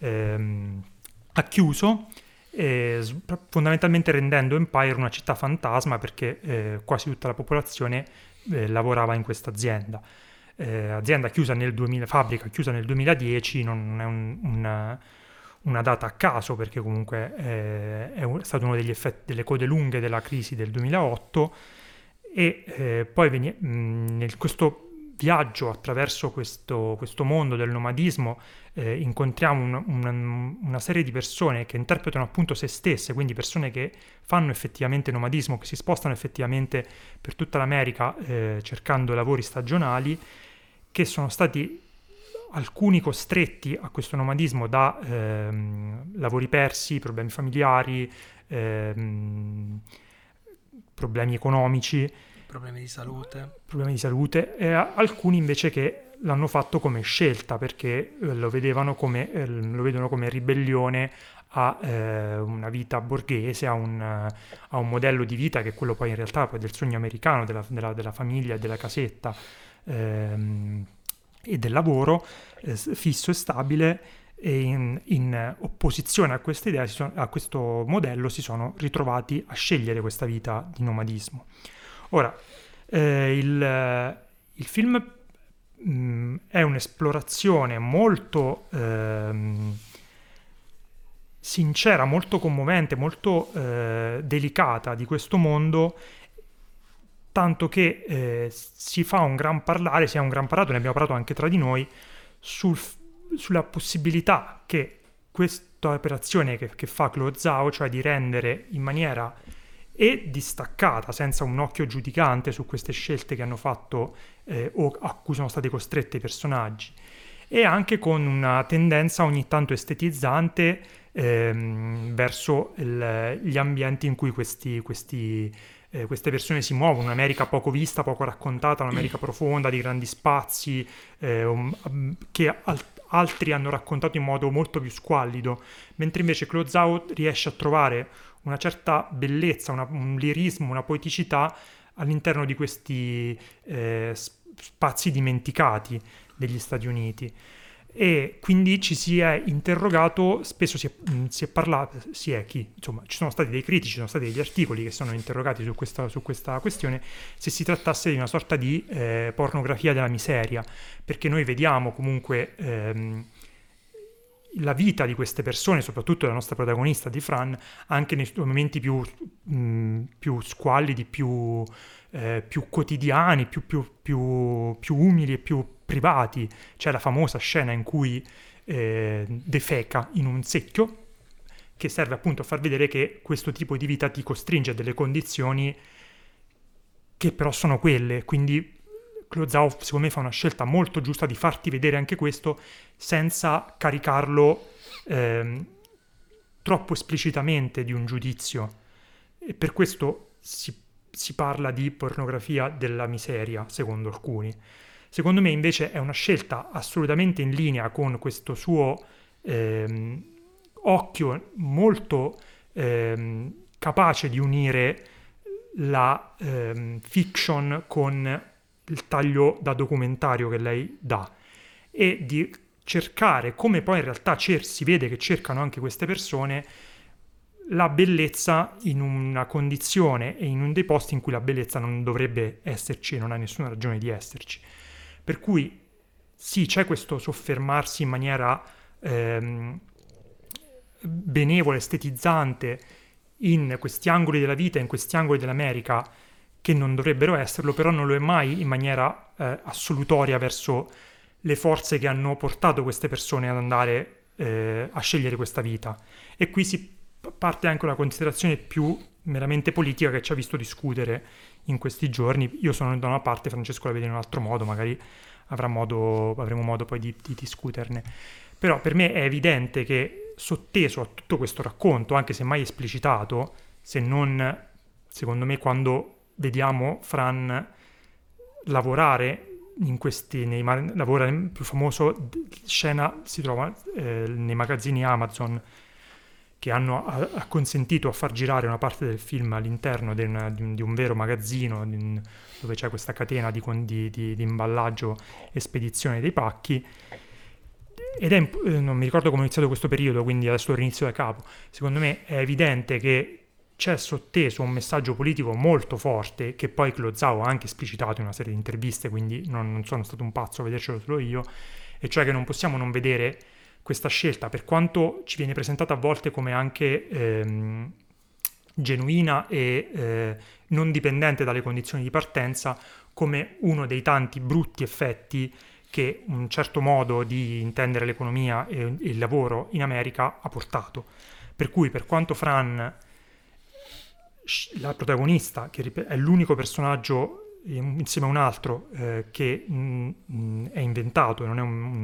ha chiuso, fondamentalmente rendendo Empire una città fantasma, perché quasi tutta la popolazione lavorava in questa azienda. Azienda chiusa fabbrica chiusa nel 2010, non è una data a caso, perché comunque è stato uno degli effetti delle code lunghe della crisi del 2008, e poi questo viaggio attraverso questo mondo del nomadismo incontriamo una serie di persone che interpretano appunto se stesse, quindi persone che fanno effettivamente nomadismo, che si spostano effettivamente per tutta l'America cercando lavori stagionali, che sono stati alcuni costretti a questo nomadismo da lavori persi, problemi familiari, problemi economici, problemi di salute, e alcuni invece che l'hanno fatto come scelta, perché lo vedono come ribellione a una vita borghese, a un modello di vita che è quello poi in realtà poi del sogno americano, della famiglia, della casetta, e del lavoro fisso e stabile. E in opposizione a questa idea, a questo modello, si sono ritrovati a scegliere questa vita di nomadismo. Ora, il film è un'esplorazione molto sincera, molto commovente, molto delicata di questo mondo, tanto che si ha un gran parlato, ne abbiamo parlato anche tra di noi, sulla possibilità che questa operazione che fa Chloe Zhao, cioè di rendere in maniera distaccata, senza un occhio giudicante su queste scelte che hanno fatto o a cui sono stati costretti i personaggi, e anche con una tendenza ogni tanto estetizzante verso gli ambienti in cui queste persone si muovono, un'America poco vista, poco raccontata, un'America profonda, di grandi spazi, che altri hanno raccontato in modo molto più squallido, mentre invece Chloe Zhao riesce a trovare una certa bellezza, un lirismo, una poeticità all'interno di questi spazi dimenticati degli Stati Uniti. E quindi ci si è interrogato, spesso ci sono stati dei critici, ci sono stati degli articoli che sono interrogati su questa questione, se si trattasse di una sorta di pornografia della miseria, perché noi vediamo comunque la vita di queste persone, soprattutto la nostra protagonista di Fran, anche nei momenti più squallidi, più quotidiani, più umili e più privati. C'è la famosa scena in cui defeca in un secchio, che serve appunto a far vedere che questo tipo di vita ti costringe a delle condizioni che però sono quelle, quindi Chloe Zhao secondo me fa una scelta molto giusta di farti vedere anche questo senza caricarlo troppo esplicitamente di un giudizio, e per questo si parla di pornografia della miseria, secondo alcuni. Secondo me invece è una scelta assolutamente in linea con questo suo occhio molto capace di unire la fiction con il taglio da documentario che lei dà, e di cercare, come poi in realtà si vede che cercano anche queste persone, la bellezza in una condizione e in un dei posti in cui la bellezza non dovrebbe esserci e non ha nessuna ragione di esserci. Per cui sì, c'è questo soffermarsi in maniera benevola, estetizzante in questi angoli della vita, in questi angoli dell'America che non dovrebbero esserlo, però non lo è mai in maniera assolutoria verso le forze che hanno portato queste persone ad andare a scegliere questa vita. E qui si parte anche una considerazione più meramente politica che ci ha visto discutere in questi giorni. Io sono da una parte, Francesco la vede in un altro modo, magari avremo modo poi di discuterne. Però per me è evidente che sotteso a tutto questo racconto, anche se mai esplicitato, se non, secondo me, quando vediamo Fran lavorare lavora nel più famoso scena, si trova nei magazzini Amazon, che hanno consentito a far girare una parte del film all'interno di un vero magazzino dove c'è questa catena di imballaggio e spedizione dei pacchi. Ed non mi ricordo come è iniziato questo periodo, quindi adesso l'inizio da capo. Secondo me è evidente che c'è sotteso un messaggio politico molto forte, che poi Chloe Zhao ha anche esplicitato in una serie di interviste, quindi non sono stato un pazzo a vedercelo solo io, e cioè che non possiamo non vedere questa scelta, per quanto ci viene presentata a volte come anche genuina e non dipendente dalle condizioni di partenza, come uno dei tanti brutti effetti che un certo modo di intendere l'economia e il lavoro in America ha portato. Per cui, per quanto Fran, la protagonista, che è l'unico personaggio insieme a un altro che è inventato e non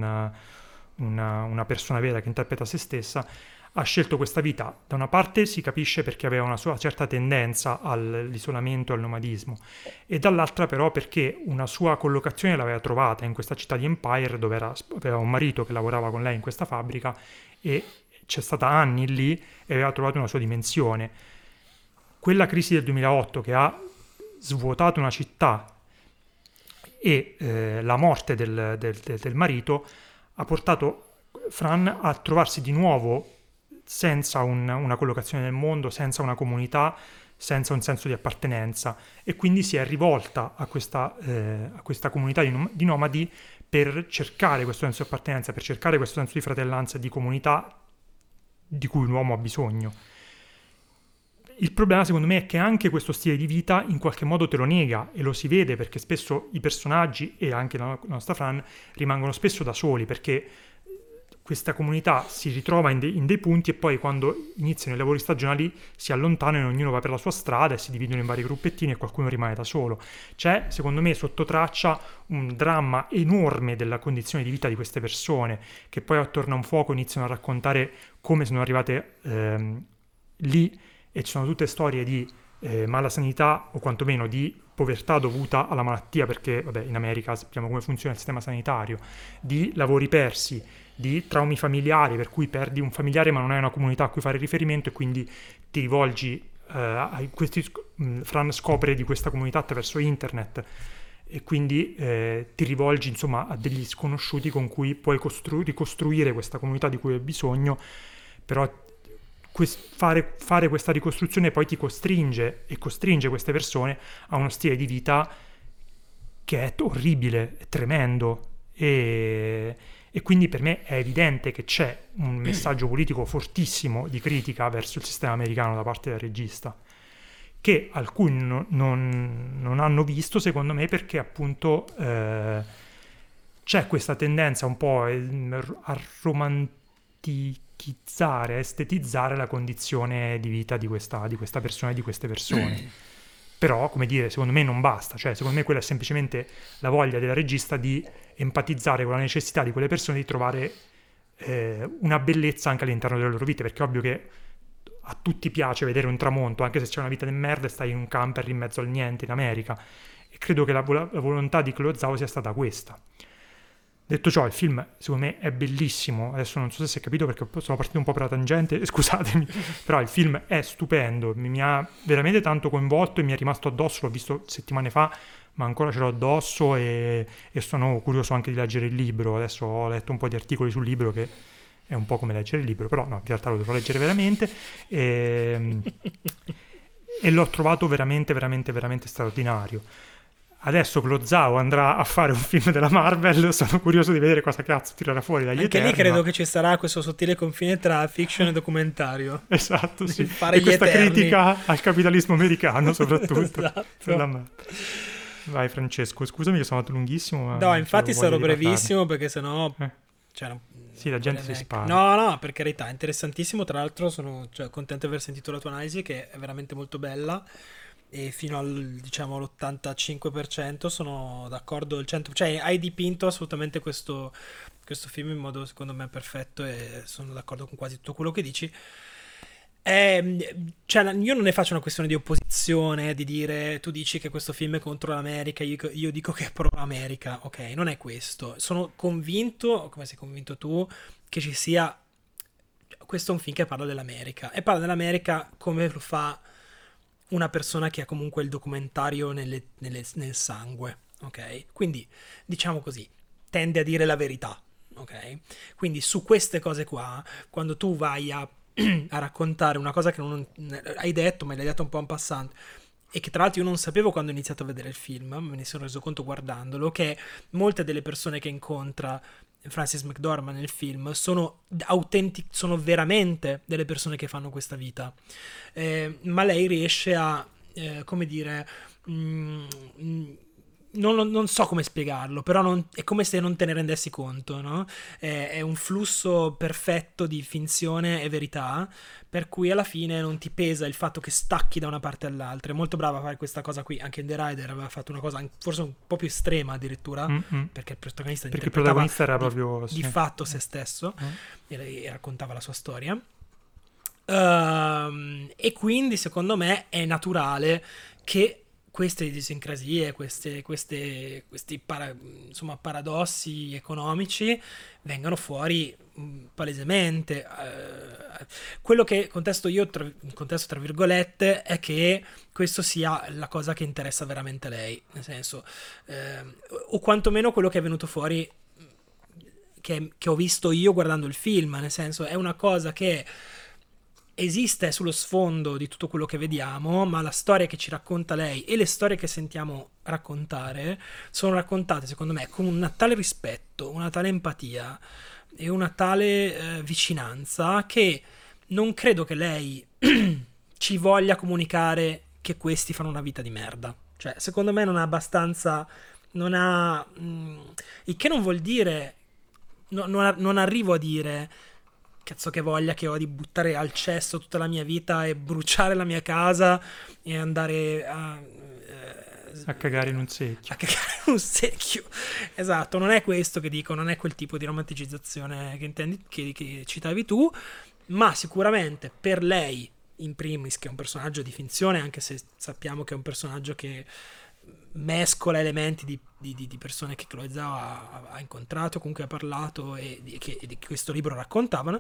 è una persona vera che interpreta se stessa, ha scelto questa vita. Da una parte si capisce perché aveva una sua certa tendenza all'isolamento e al nomadismo, e dall'altra però perché una sua collocazione l'aveva trovata in questa città di Empire, dove aveva un marito che lavorava con lei in questa fabbrica e c'è stata anni lì e aveva trovato una sua dimensione. Quella crisi del 2008 che ha svuotato una città e la morte del marito ha portato Fran a trovarsi di nuovo senza una collocazione nel mondo, senza una comunità, senza un senso di appartenenza, e quindi si è rivolta a questa comunità di nomadi per cercare questo senso di appartenenza, per cercare questo senso di fratellanza e di comunità di cui l'uomo ha bisogno. Il problema, secondo me, è che anche questo stile di vita in qualche modo te lo nega, e lo si vede perché spesso i personaggi e anche la nostra Fran rimangono spesso da soli, perché questa comunità si ritrova in dei punti e poi quando iniziano i lavori stagionali si allontanano e ognuno va per la sua strada e si dividono in vari gruppettini e qualcuno rimane da solo. C'è, secondo me, sotto traccia un dramma enorme della condizione di vita di queste persone, che poi attorno a un fuoco iniziano a raccontare come sono arrivate lì, e ci sono tutte storie di malasanità o quantomeno di povertà dovuta alla malattia, perché vabbè, in America sappiamo come funziona il sistema sanitario, di lavori persi, di traumi familiari, per cui perdi un familiare ma non hai una comunità a cui fare riferimento e quindi ti rivolgi Fran scopre di questa comunità attraverso internet e quindi ti rivolgi insomma a degli sconosciuti con cui puoi ricostruire questa comunità di cui hai bisogno, però fare questa ricostruzione poi ti costringe queste persone a uno stile di vita che è orribile, è tremendo, e quindi per me è evidente che c'è un messaggio politico fortissimo di critica verso il sistema americano da parte del regista, che alcuni non hanno visto, secondo me, perché appunto c'è questa tendenza un po' a romantichizzare, a estetizzare la condizione di vita di questa persona e di queste persone. Però, come dire, secondo me non basta, cioè secondo me quella è semplicemente la voglia della regista di empatizzare con la necessità di quelle persone di trovare una bellezza anche all'interno delle loro vite, perché è ovvio che a tutti piace vedere un tramonto, anche se c'è una vita di merda e stai in un camper in mezzo al niente in America, e credo che la volontà di Chloe Zhao sia stata questa. Detto ciò, il film secondo me è bellissimo, adesso non so se si è capito perché sono partito un po' per la tangente, scusatemi, però il film è stupendo, mi ha veramente tanto coinvolto e mi è rimasto addosso, l'ho visto settimane fa, ma ancora ce l'ho addosso e sono curioso anche di leggere il libro. Adesso ho letto un po' di articoli sul libro che è un po' come leggere il libro, però no, in realtà lo dovrò leggere veramente e l'ho trovato veramente, veramente, veramente straordinario. Adesso Chloe Zhao andrà a fare un film della Marvel, sono curioso di vedere cosa cazzo tirerà fuori dagli Anche Eterni. lì credo che ci sarà questo sottile confine tra fiction e documentario. Esatto, sì. Fare E gli questa Eterni. critica al capitalismo americano soprattutto. Esatto. Della Marvel. Vai Francesco, scusami che sono andato lunghissimo. Ma No, infatti c'avevo sarò voglia di brevissimo perché sennò... parlarne. Cioè, non- Sì, la gente non si voglio spara. neanche- No, per carità, è interessantissimo. Tra l'altro sono contento di aver sentito la tua analisi, che è veramente molto bella. E fino al, diciamo, all'85% sono d'accordo. Cioè, hai dipinto assolutamente questo film in modo, secondo me, perfetto. E sono d'accordo con quasi tutto quello che dici. Cioè, io non ne faccio una questione di opposizione, di dire tu dici che questo film è contro l'America, io dico che è pro l'America, ok? Non è questo. Sono convinto, come sei convinto tu, che ci sia... Questo è un film che parla dell'America, e parla dell'America come lo fa una persona che ha comunque il documentario nel sangue, ok? Quindi, diciamo così, tende a dire la verità, ok? Quindi su queste cose qua, quando tu vai a raccontare una cosa che non hai detto, ma l'hai detto un po' en passant, e che tra l'altro io non sapevo quando ho iniziato a vedere il film, me ne sono reso conto guardandolo, che molte delle persone che incontra Frances McDormand nel film sono sono veramente delle persone che fanno questa vita, ma lei riesce a come dire, non so come spiegarlo, però è come se non te ne rendessi conto, no? È un flusso perfetto di finzione e verità, per cui alla fine non ti pesa il fatto che stacchi da una parte all'altra. È molto brava a fare questa cosa qui. Anche in The Rider aveva fatto una cosa forse un po' più estrema addirittura, perché il protagonista era proprio di fatto se stesso e raccontava la sua storia. E quindi secondo me è naturale che queste idiosincrasie, questi paradossi economici vengano fuori palesemente. Quello che contesto io, contesto tra virgolette, è che questo sia la cosa che interessa veramente lei, nel senso, o quantomeno quello che è venuto fuori, che ho visto io guardando il film, nel senso, è una cosa che esiste sullo sfondo di tutto quello che vediamo, ma la storia che ci racconta lei e le storie che sentiamo raccontare sono raccontate, secondo me, con un tale rispetto, una tale empatia e una tale vicinanza, che non credo che lei ci voglia comunicare che questi fanno una vita di merda. Cioè, secondo me non ha abbastanza... il che non vuol dire... non arrivo a dire... cazzo che voglia che ho di buttare al cesso tutta la mia vita e bruciare la mia casa e andare a cagare in un secchio. A cagare in un secchio. Esatto, non è questo che dico, non è quel tipo di romanticizzazione che intendi, che citavi tu, ma sicuramente per lei, in primis, che è un personaggio di finzione, anche se sappiamo che è un personaggio che mescola elementi di persone che Chloe Zhao ha incontrato, comunque ha parlato e che di questo libro raccontavano,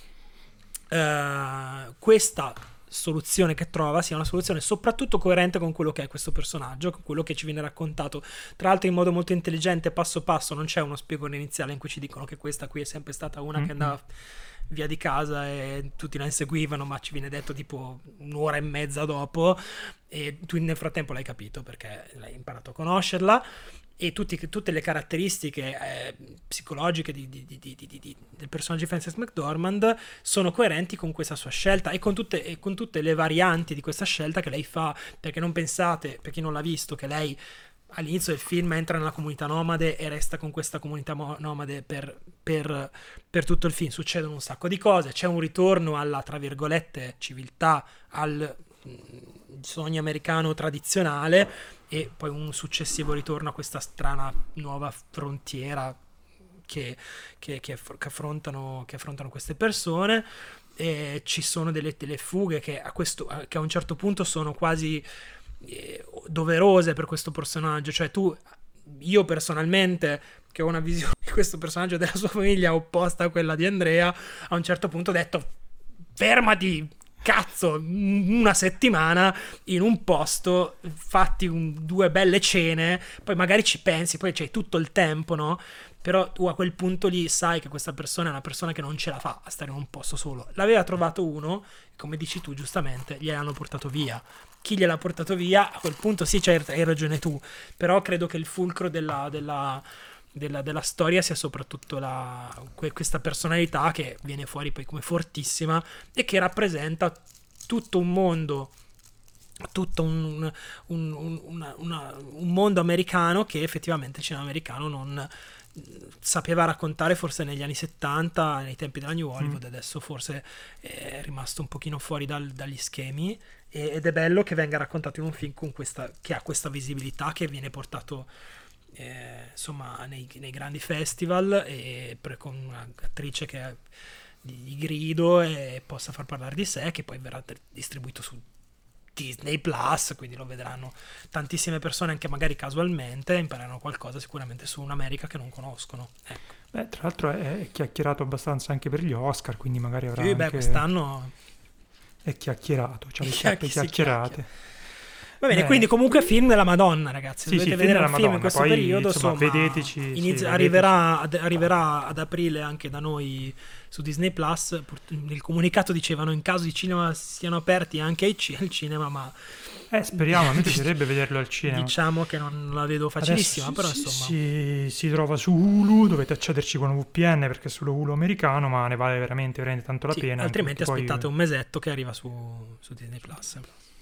questa soluzione che trova sia una soluzione soprattutto coerente con quello che è questo personaggio, con quello che ci viene raccontato, tra l'altro in modo molto intelligente, passo passo. Non c'è uno spiegone iniziale in cui ci dicono che questa qui è sempre stata una che andava via di casa e tutti la inseguivano, ma ci viene detto tipo un'ora e mezza dopo, e tu nel frattempo l'hai capito perché l'hai imparato a conoscerla, e tutte le caratteristiche psicologiche del personaggio di Frances McDormand sono coerenti con questa sua scelta e con tutte le varianti di questa scelta che lei fa, perché non pensate, per chi non l'ha visto, che lei all'inizio del film entra nella comunità nomade e resta con questa comunità nomade per tutto il film. Succedono un sacco di cose, c'è un ritorno alla, tra virgolette, civiltà, al sogno americano tradizionale e poi un successivo ritorno a questa strana nuova frontiera che affrontano queste persone. E ci sono delle fughe che a un certo punto sono quasi doverose per questo personaggio, cioè io personalmente, che ho una visione di questo personaggio e della sua famiglia opposta a quella di Andrea, a un certo punto ho detto fermati, cazzo, una settimana in un posto, fatti 2 belle cene, poi magari ci pensi, poi c'hai tutto il tempo, no? Però tu a quel punto lì sai che questa persona è una persona che non ce la fa a stare in un posto solo. L'aveva trovato uno, come dici tu giustamente, gliel'hanno portato via. Chi gliel'ha portato via, a quel punto sì, hai ragione tu, però credo che il fulcro della storia sia soprattutto questa personalità che viene fuori poi come fortissima e che rappresenta tutto un mondo, tutto un mondo americano che effettivamente il cinema americano non sapeva raccontare forse negli anni 70, nei tempi della New Hollywood. Adesso forse è rimasto un pochino fuori dagli schemi, ed è bello che venga raccontato in un film che ha questa visibilità, che viene portato insomma nei grandi festival, e con un'attrice che è di grido e possa far parlare di sé, che poi verrà distribuito su Disney Plus, quindi lo vedranno tantissime persone, anche magari casualmente impareranno qualcosa sicuramente su un'America che non conoscono, ecco. Beh, tra l'altro è chiacchierato abbastanza anche per gli Oscar, quindi magari avrà anche... quest'anno è chiacchierato, c'ha le chiappe chiacchierate. Va bene, quindi comunque film della Madonna, ragazzi. Sì, dovete vedere un film in questo poi, periodo, insomma, vedeteci. Arriverà ad aprile anche da noi su Disney Plus. Nel comunicato dicevano in caso i cinema siano aperti anche al cinema, ma speriamo, a me piacerebbe vederlo al cinema. Diciamo che non la vedo facilissima. Adesso però insomma si trova su Hulu, dovete accederci con un VPN perché è solo Hulu americano, ma ne vale veramente tanto la pena. Altrimenti aspettate un mesetto che arriva su Disney Plus.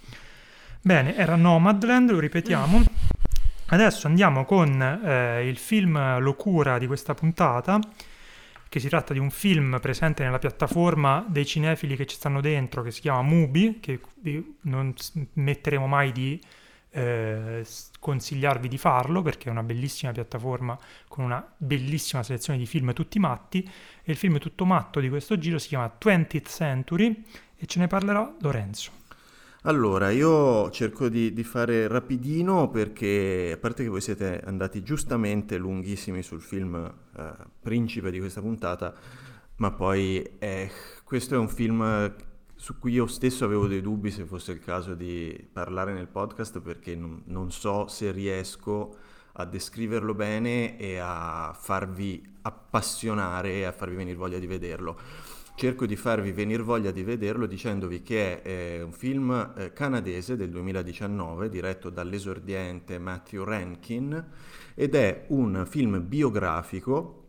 Bene, era Nomadland, lo ripetiamo. Adesso andiamo con il film locura di questa puntata, che si tratta di un film presente nella piattaforma dei cinefili che ci stanno dentro, che si chiama Mubi, che non smetteremo mai di consigliarvi di farlo, perché è una bellissima piattaforma con una bellissima selezione di film tutti matti, e il film tutto matto di questo giro si chiama 20th Century e ce ne parlerà Lorenzo. Allora, io cerco di fare rapidino, perché a parte che voi siete andati giustamente lunghissimi sul film principe di questa puntata, ma poi questo è un film su cui io stesso avevo dei dubbi se fosse il caso di parlare nel podcast, perché non so se riesco a descriverlo bene e a farvi appassionare e a farvi venire voglia di vederlo. Cerco di farvi venire voglia di vederlo dicendovi che è un film canadese del 2019 diretto dall'esordiente Matthew Rankin, ed è un film biografico,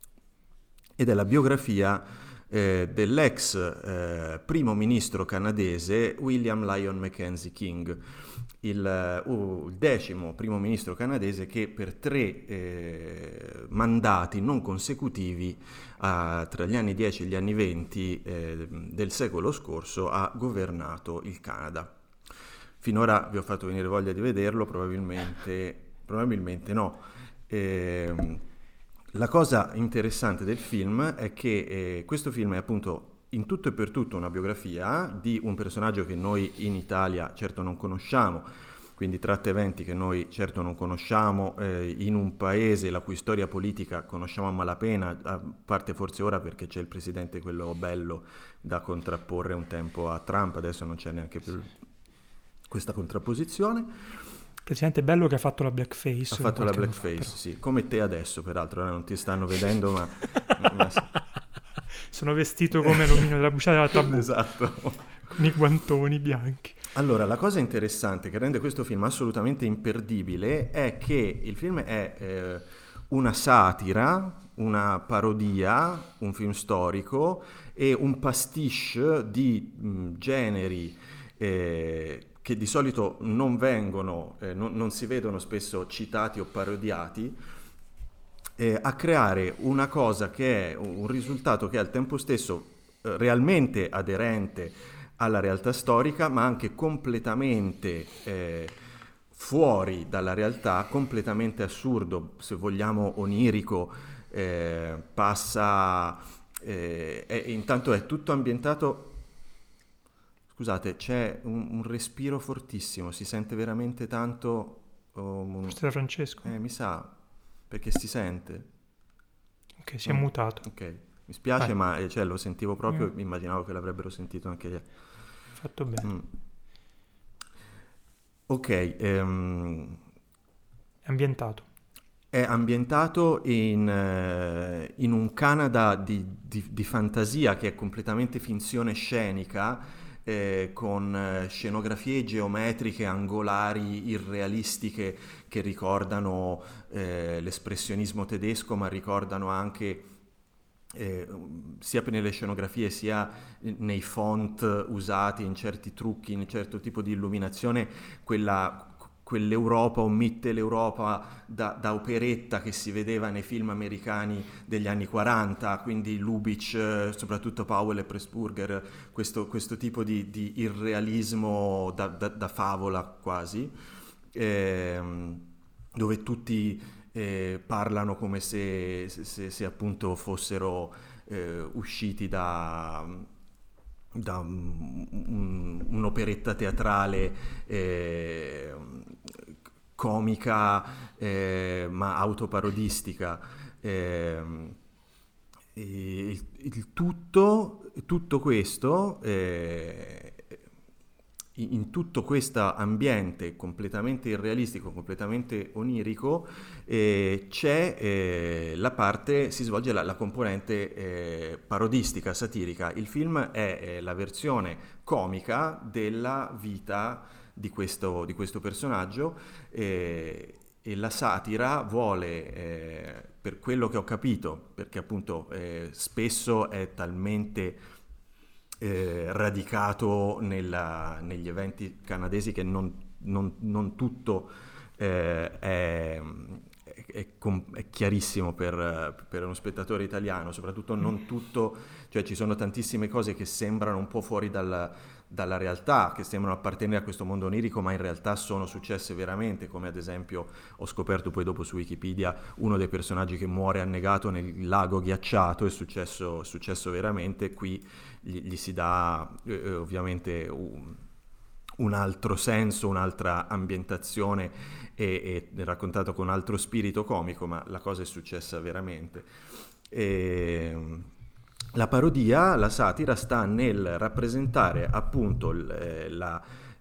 ed è la biografia dell'ex primo ministro canadese William Lyon Mackenzie King, il 10° primo ministro canadese che per 3 mandati non consecutivi tra gli anni 10 e gli anni 20 del secolo scorso ha governato il Canada. Finora vi ho fatto venire voglia di vederlo? Probabilmente no. La cosa interessante del film è che questo film è appunto in tutto e per tutto una biografia di un personaggio che noi in Italia certo non conosciamo, quindi tratta eventi che noi certo non conosciamo, in un paese la cui storia politica conosciamo a malapena, a parte forse ora perché c'è il presidente quello bello da contrapporre un tempo a Trump, adesso non c'è neanche più questa contrapposizione. Presidente bello che ha fatto la blackface. Ha fatto la blackface, sì, come te adesso peraltro, non ti stanno vedendo ma sono vestito come l'omino della Bucciata della Tabù. Esatto. Con i guantoni bianchi. Allora, la cosa interessante che rende questo film assolutamente imperdibile è che il film è una satira, una parodia, un film storico e un pastiche di generi che di solito non vengono, non si vedono spesso citati o parodiati, a creare una cosa che è un risultato che è al tempo stesso realmente aderente alla realtà storica, ma anche completamente fuori dalla realtà, completamente assurdo, se vogliamo onirico, intanto è tutto ambientato. Scusate, c'è un respiro fortissimo, si sente veramente tanto. Forse da Francesco? Mi sa, perché si sente. Ok, si è mutato. Ok, mi spiace, ma lo sentivo proprio, immaginavo che l'avrebbero sentito anche gli altri. Fatto bene. Ok, È ambientato. È ambientato in un Canada di fantasia che è completamente finzione scenica, con scenografie geometriche, angolari, irrealistiche che ricordano l'espressionismo tedesco, ma ricordano anche sia nelle scenografie sia nei font usati, in certi trucchi, in un certo tipo di illuminazione, quell'Europa o Mitteleuropa da operetta che si vedeva nei film americani degli anni 40, quindi Lubitsch, soprattutto Powell e Pressburger, questo tipo di irrealismo da favola quasi, dove tutti parlano come se appunto fossero usciti da un'operetta teatrale comica ma autoparodistica. Tutto questo in tutto questo ambiente completamente irrealistico, completamente onirico, c'è la parte, si svolge la componente parodistica, satirica. Il film è la versione comica della vita di questo personaggio, e la satira vuole, per quello che ho capito, perché appunto spesso è talmente radicato negli eventi canadesi che non tutto è chiarissimo per uno spettatore italiano, soprattutto non tutto, cioè ci sono tantissime cose che sembrano un po' fuori dalla realtà, che sembrano appartenere a questo mondo onirico, ma in realtà sono successe veramente, come ad esempio ho scoperto poi dopo su Wikipedia, uno dei personaggi che muore annegato nel lago ghiacciato è successo veramente. Qui gli si dà ovviamente un altro senso, un'altra ambientazione e raccontato con altro spirito comico, ma la cosa è successa veramente. La parodia, la satira, sta nel rappresentare appunto il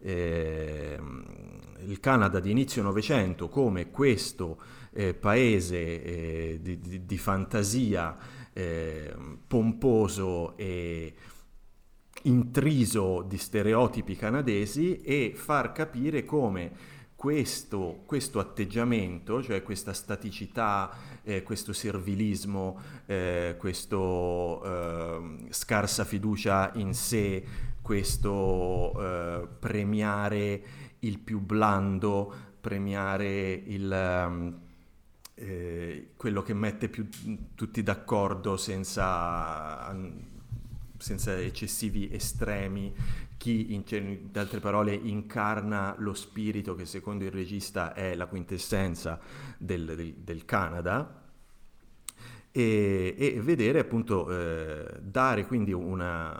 Canada di inizio Novecento come questo paese di fantasia pomposo e intriso di stereotipi canadesi, e far capire come questo atteggiamento, cioè questa staticità, questo servilismo, questo scarsa fiducia in sé, questo premiare il più blando, premiare quello che mette più tutti d'accordo senza eccessivi estremi, chi in altre parole incarna lo spirito che secondo il regista è la quintessenza del Canada, e vedere appunto dare quindi una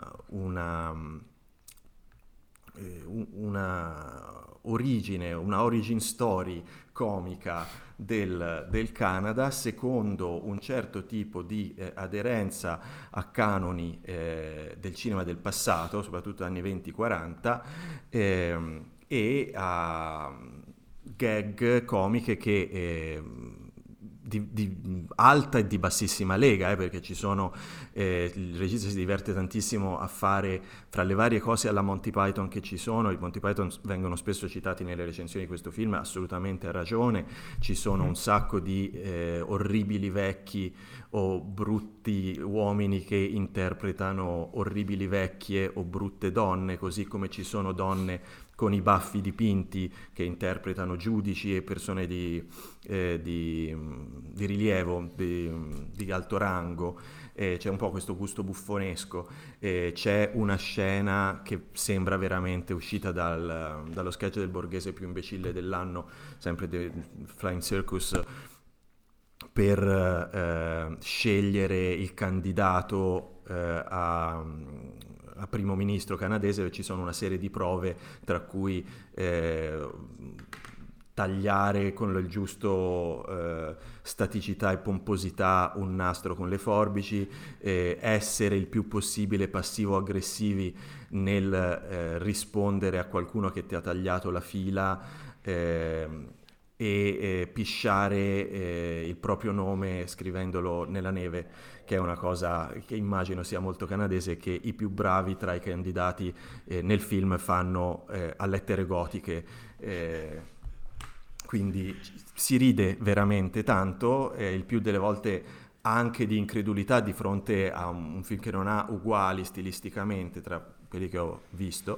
origine, una origin story comica del Canada secondo un certo tipo di aderenza a canoni del cinema del passato, soprattutto anni 20-40, e a gag comiche che di alta e di bassissima lega, perché ci sono il regista si diverte tantissimo a fare, fra le varie cose alla Monty Python che ci sono, i Monty Python vengono spesso citati nelle recensioni di questo film, assolutamente ha ragione, ci sono un sacco di orribili vecchi o brutti uomini che interpretano orribili vecchie o brutte donne, così come ci sono donne con i baffi dipinti che interpretano giudici e persone di rilievo, di alto rango. C'è un po' questo gusto buffonesco. C'è una scena che sembra veramente uscita dallo sketch del borghese più imbecille dell'anno, sempre del Flying Circus, per scegliere il candidato a primo ministro canadese. Ci sono una serie di prove, tra cui tagliare con il giusto staticità e pomposità un nastro con le forbici, essere il più possibile passivo-aggressivi nel rispondere a qualcuno che ti ha tagliato la fila, e pisciare il proprio nome scrivendolo nella neve, che è una cosa che immagino sia molto canadese, che i più bravi tra i candidati nel film fanno a lettere gotiche. Quindi si ride veramente tanto, il più delle volte anche di incredulità di fronte a un film che non ha uguali stilisticamente tra quelli che ho visto,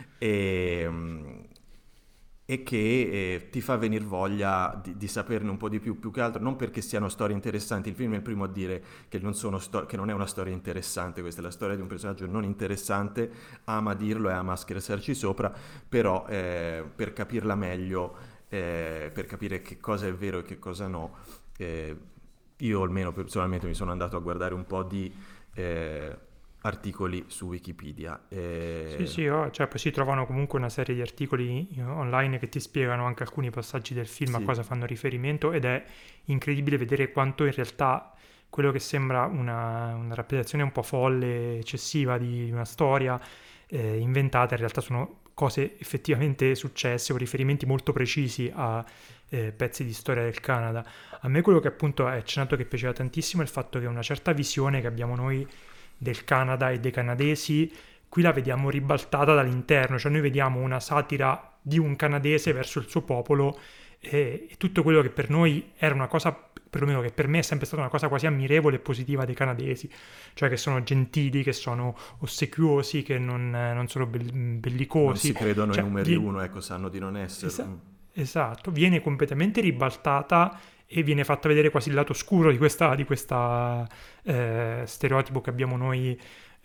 e che ti fa venire voglia di saperne un po' di più che altro, non perché siano storie interessanti. Il film è il primo a dire che non è una storia interessante, questa è la storia di un personaggio non interessante, ama dirlo e ama scherzarci sopra, però per capirla meglio, per capire che cosa è vero e che cosa no, io almeno personalmente mi sono andato a guardare un po' di articoli su Wikipedia. Sì, cioè poi si trovano comunque una serie di articoli online che ti spiegano anche alcuni passaggi del film, a cosa fanno riferimento, ed è incredibile vedere quanto in realtà quello che sembra una rappresentazione un po' folle, eccessiva di una storia inventata, in realtà sono cose effettivamente successe o riferimenti molto precisi a pezzi di storia del Canada. A me quello che appunto è accennato che piaceva tantissimo è il fatto che una certa visione che abbiamo noi del Canada e dei canadesi qui la vediamo ribaltata dall'interno, cioè noi vediamo una satira di un canadese verso il suo popolo, e tutto quello che per noi era una cosa, perlomeno che per me è sempre stata una cosa quasi ammirevole e positiva dei canadesi, cioè che sono gentili, che sono ossequiosi, che non sono bellicosi. Non si credono i numeri uno, sanno di non essere. Esatto, viene completamente ribaltata e viene fatta vedere quasi il lato scuro di questa stereotipo che abbiamo noi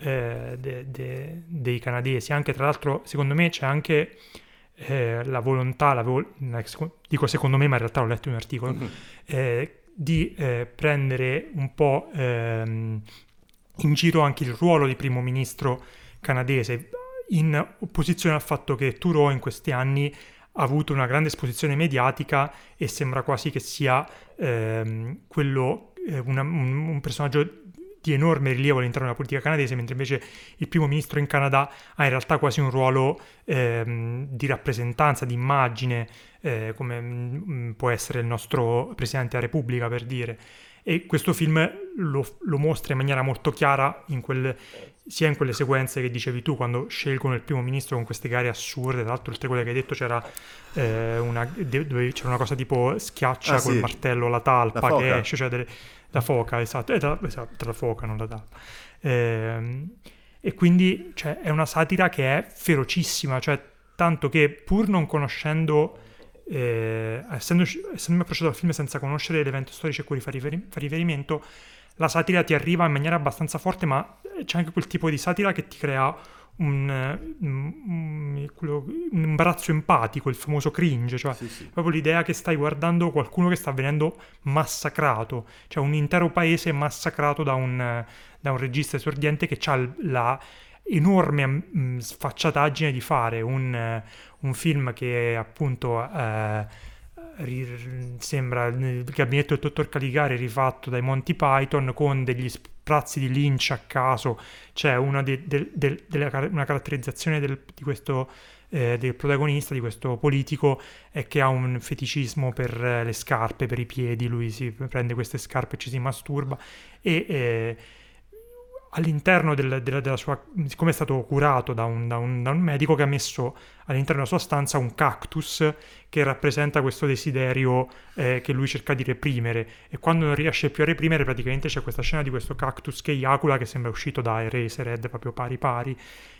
dei canadesi. Anche tra l'altro, secondo me c'è anche la volontà, dico secondo me, ma in realtà l'ho letto in un articolo, di prendere un po' in giro anche il ruolo di primo ministro canadese, in opposizione al fatto che Trudeau in questi anni ha avuto una grande esposizione mediatica e sembra quasi che sia un personaggio di enorme rilievo all'interno della politica canadese, mentre invece il primo ministro in Canada ha in realtà quasi un ruolo di rappresentanza, di immagine, come può essere il nostro Presidente della Repubblica, per dire. E questo film lo mostra in maniera molto chiara sia in quelle sequenze che dicevi tu, quando scelgono il primo ministro con queste gare assurde. Tra l'altro, oltre a quelle che hai detto, c'era una cosa tipo schiaccia col martello la talpa che esce, cioè la foca, esatto, la foca, non la talpa. E quindi cioè, è una satira che è ferocissima, cioè tanto che pur non conoscendo, essendomi approcciato al film senza conoscere l'evento storico a cui fa riferimento, la satira ti arriva in maniera abbastanza forte, ma c'è anche quel tipo di satira che ti crea un imbarazzo empatico, il famoso cringe, cioè proprio l'idea che stai guardando qualcuno che sta venendo massacrato, cioè un intero paese massacrato da un regista esordiente che ha la enorme sfacciataggine di fare un film che appunto sembra il gabinetto del dottor Caligari rifatto dai Monty Python, con degli sprazzi di Lynch a caso. C'è una caratterizzazione di questo del protagonista, di questo politico, è che ha un feticismo per le scarpe, per i piedi. Lui si prende queste scarpe e ci si masturba, e all'interno della sua, siccome è stato curato da un medico che ha messo all'interno della sua stanza un cactus che rappresenta questo desiderio che lui cerca di reprimere, e quando non riesce più a reprimere, praticamente c'è questa scena di questo cactus che eiacula, che sembra uscito da Eraserhead, proprio pari,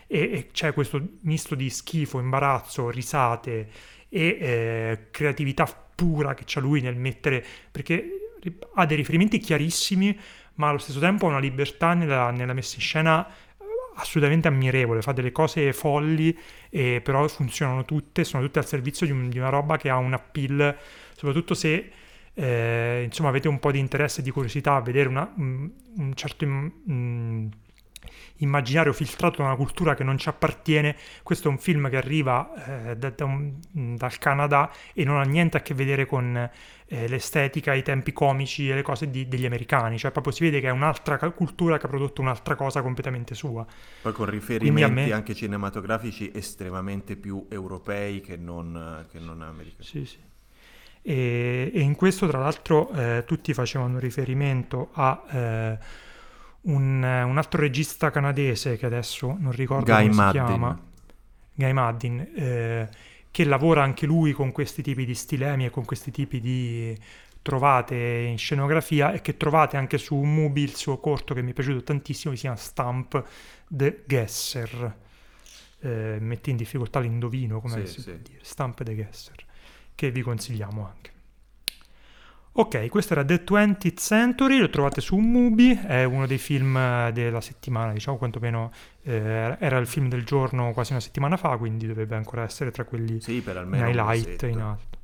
e c'è questo misto di schifo, imbarazzo, risate e creatività pura che c'ha lui nel mettere, perché ha dei riferimenti chiarissimi, ma allo stesso tempo ha una libertà nella messa in scena assolutamente ammirevole, fa delle cose folli, però funzionano tutte, sono tutte al servizio di una roba che ha un appeal, soprattutto se insomma avete un po' di interesse e di curiosità a vedere un certo immaginario filtrato da una cultura che non ci appartiene. Questo è un film che arriva dal Canada e non ha niente a che vedere con l'estetica, i tempi comici e le cose degli americani, cioè proprio si vede che è un'altra cultura che ha prodotto un'altra cosa completamente sua. Poi con riferimenti anche cinematografici estremamente più europei che non americani. Sì, sì. E in questo, tra l'altro, tutti facevano riferimento a un altro regista canadese che adesso non ricordo come si chiama, Guy Maddin, che lavora anche lui con questi tipi di stilemi e con questi tipi di trovate in scenografia, e che trovate anche su Mubi, il suo corto che mi è piaciuto tantissimo, che si chiama Stump the Guesser. Metti in difficoltà l'indovino, come si può dire, Stump the Guesser, che vi consigliamo anche. Ok, questo era The 20th Century, lo trovate su Mubi, è uno dei film della settimana, diciamo, quantomeno era il film del giorno quasi una settimana fa, quindi dovrebbe ancora essere tra quelli per almeno in highlight in alto.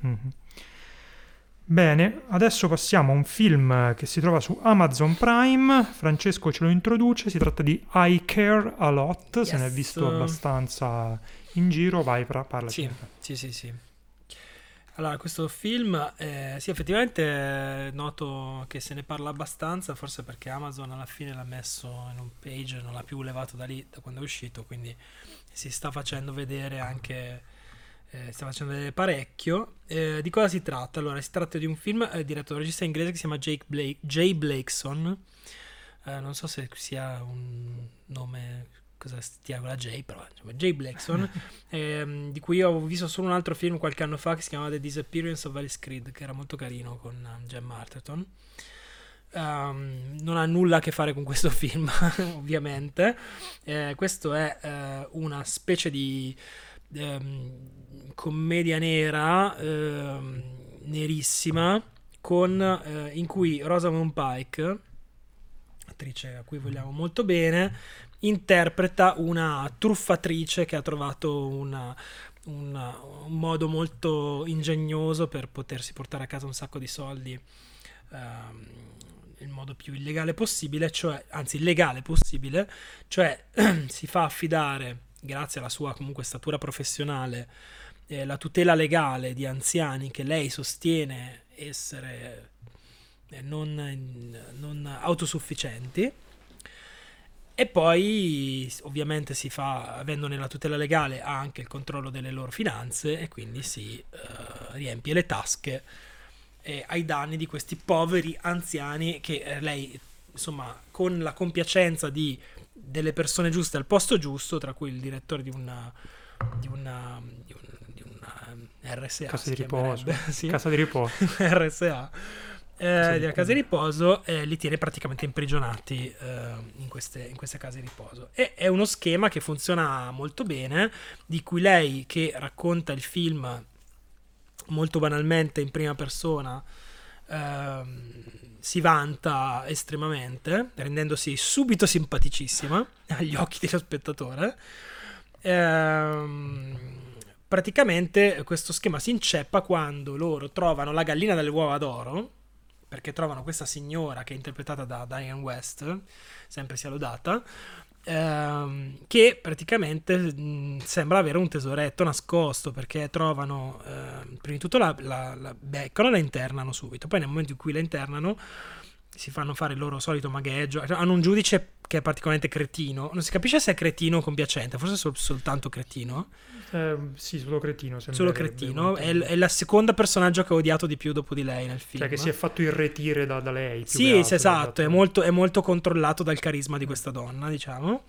Bene, adesso passiamo a un film che si trova su Amazon Prime. Francesco ce lo introduce, si tratta di I Care a Lot, se ne è visto abbastanza in giro, vai, parlaci. Sì. Allora, questo film, sì, effettivamente noto che se ne parla abbastanza, forse perché Amazon alla fine l'ha messo in un page, non l'ha più levato da lì, da quando è uscito, quindi si sta facendo vedere anche, parecchio. Di cosa si tratta? Allora, si tratta di un film diretto da un regista inglese che si chiama Jay Blakeson, non so se sia un nome... cosa stia con la J, però insomma, Jay Blakeson, di cui io ho visto solo un altro film qualche anno fa che si chiama The Disappearance of Alice Creed, che era molto carino, con Gemma Arterton. Non ha nulla a che fare con questo film ovviamente. Questo è una specie di commedia nera, nerissima, in cui Rosamund Pike, attrice a cui vogliamo molto bene, interpreta una truffatrice che ha trovato un modo molto ingegnoso per potersi portare a casa un sacco di soldi il modo più illegale possibile, cioè, anzi legale possibile, cioè si fa affidare, grazie alla sua comunque statura professionale, la tutela legale di anziani che lei sostiene essere non autosufficienti. E poi ovviamente si fa, avendo nella tutela legale, ha anche il controllo delle loro finanze, e quindi si riempie le tasche ai danni di questi poveri anziani che lei, insomma, con la compiacenza delle persone giuste al posto giusto, tra cui il direttore di una RSA, casa di riposo, sì? casa di riposo RSA, della casa di riposo, li tiene praticamente imprigionati in queste case di riposo. E è uno schema che funziona molto bene, di cui lei, che racconta il film molto banalmente in prima persona, si vanta estremamente, rendendosi subito simpaticissima agli occhi dello spettatore. Praticamente questo schema si inceppa quando loro trovano la gallina delle uova d'oro, perché trovano questa signora che è interpretata da Diane West, sempre sia lodata, che praticamente sembra avere un tesoretto nascosto, perché trovano prima di tutto la beccano, la internano subito, poi nel momento in cui la internano si fanno fare il loro solito magheggio, hanno un giudice che è particolarmente cretino, non si capisce se è cretino o compiacente, forse soltanto cretino. Sì, solo cretino. Solo cretino, è la seconda personaggio che ho odiato di più dopo di lei nel film. Cioè che si è fatto irretire da lei. Sì, esatto, è molto controllato dal carisma di questa donna, diciamo.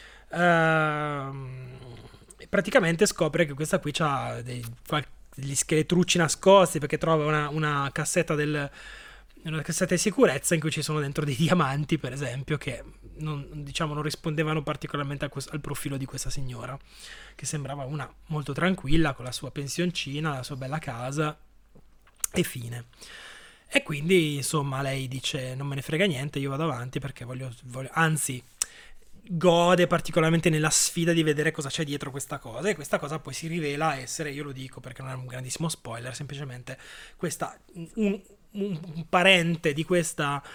Praticamente scopre che questa qui ha degli scheletrucci nascosti, perché trova una cassetta una cassetta di sicurezza in cui ci sono dentro dei diamanti, per esempio, che non rispondevano particolarmente al profilo di questa signora, che sembrava una molto tranquilla con la sua pensioncina, la sua bella casa e fine. E quindi insomma lei dice: non me ne frega niente, io vado avanti perché voglio anzi gode particolarmente nella sfida di vedere cosa c'è dietro questa cosa, e questa cosa poi si rivela essere, io lo dico perché non è un grandissimo spoiler, semplicemente un parente di questa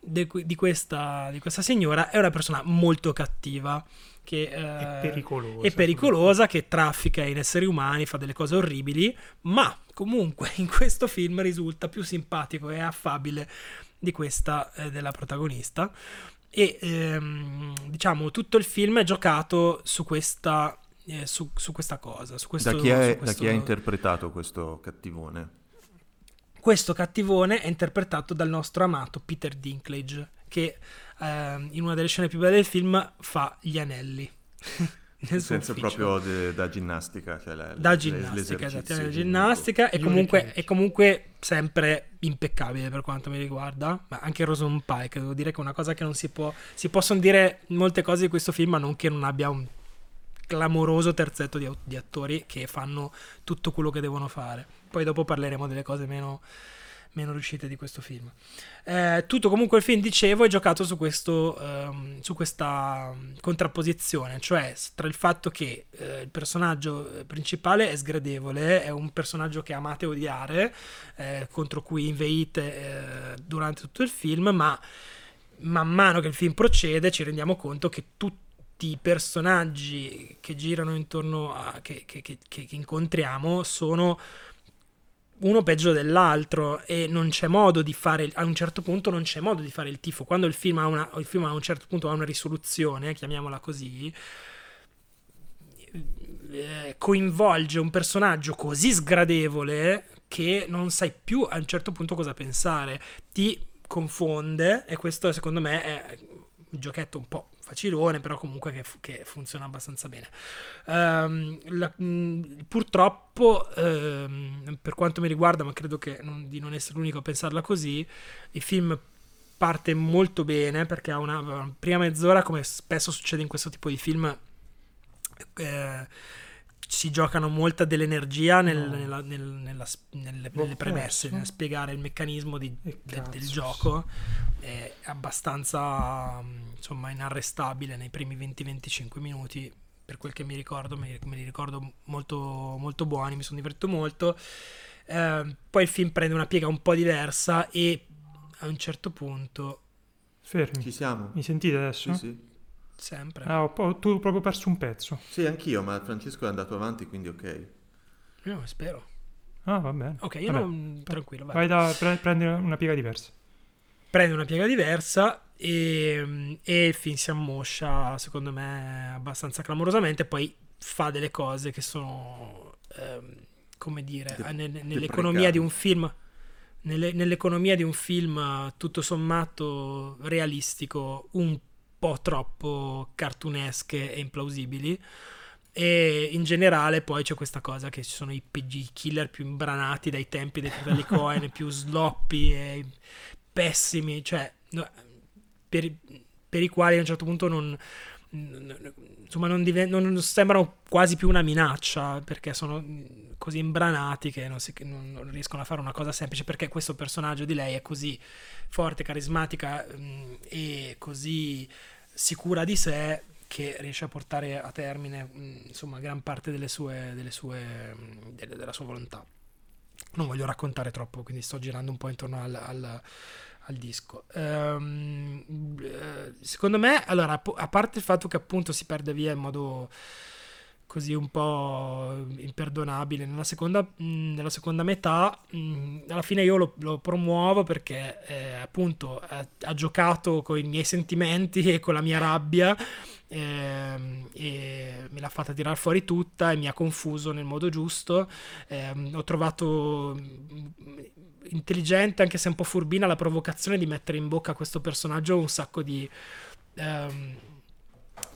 signora è una persona molto cattiva, che è pericolosa, che traffica in esseri umani, fa delle cose orribili, ma comunque in questo film risulta più simpatico e affabile di questa della protagonista. E diciamo tutto il film è giocato su questa cosa, su questo, da chi ha interpretato questo cattivone? Questo cattivone è interpretato dal nostro amato Peter Dinklage, che in una delle scene più belle del film fa gli anelli. Nel senso proprio da ginnastica, cioè da ginnastica, e comunque sempre impeccabile per quanto mi riguarda. Ma anche Rosamund Pike, devo dire che è una cosa che non si possono dire molte cose di questo film, ma non che non abbia un clamoroso terzetto di attori che fanno tutto quello che devono fare. Poi dopo parleremo delle cose meno riuscite di questo film. Tutto comunque il film, dicevo, è giocato su questa contrapposizione, cioè tra il fatto che il personaggio principale è sgradevole, è un personaggio che amate odiare, contro cui inveite durante tutto il film, ma man mano che il film procede ci rendiamo conto che tutti i personaggi che girano intorno che incontriamo sono uno peggio dell'altro, e non c'è modo di fare, a un certo punto non c'è modo di fare il tifo. Quando il film a un certo punto ha una risoluzione, chiamiamola così, coinvolge un personaggio così sgradevole che non sai più a un certo punto cosa pensare, ti confonde, e questo secondo me è un giochetto un po' facilone, però comunque che funziona abbastanza bene. Purtroppo, per quanto mi riguarda, ma credo di non essere l'unico a pensarla così, il film parte molto bene perché ha una prima mezz'ora, come spesso succede in questo tipo di film, si giocano molta dell'energia nelle premesse, nel spiegare il meccanismo del gioco. È abbastanza insomma inarrestabile nei primi 20-25 minuti, per quel che mi ricordo. Me li ricordo molto, molto buoni, mi sono divertito molto. Poi il film prende una piega un po' diversa e a un certo punto... Fermi. Ci siamo. Mi sentite adesso? Sì. Sempre. Tu hai proprio perso un pezzo. Sì, anch'io, ma Francesco è andato avanti, quindi ok. Io spero. Va bene. Ok, io tranquillo. Vai prendi una piega diversa. Prende una piega diversa e il film si ammoscia, secondo me, abbastanza clamorosamente. Poi fa delle cose che sono, come dire, nell'economia di un film... Nell'economia di un film tutto sommato realistico, un po' troppo cartunesche e implausibili. E in generale poi c'è questa cosa che ci sono i killer più imbranati dai tempi dei fratelli Coen, più sloppy e pessimi, cioè per i quali a un certo punto non sembrano quasi più una minaccia, perché sono così imbranati che non riescono a fare una cosa semplice, perché questo personaggio di lei è così forte, carismatica e così sicura di sé che riesce a portare a termine insomma gran parte della sua volontà. Non voglio raccontare troppo, quindi sto girando un po' intorno al disco. Secondo me, allora, a parte il fatto che appunto si perde via in modo così un po' imperdonabile nella seconda metà, alla fine io lo promuovo perché appunto ha giocato con i miei sentimenti e con la mia rabbia, e me l'ha fatta tirare fuori tutta e mi ha confuso nel modo giusto. Ho trovato intelligente, anche se un po' furbina, la provocazione di mettere in bocca a questo personaggio un sacco di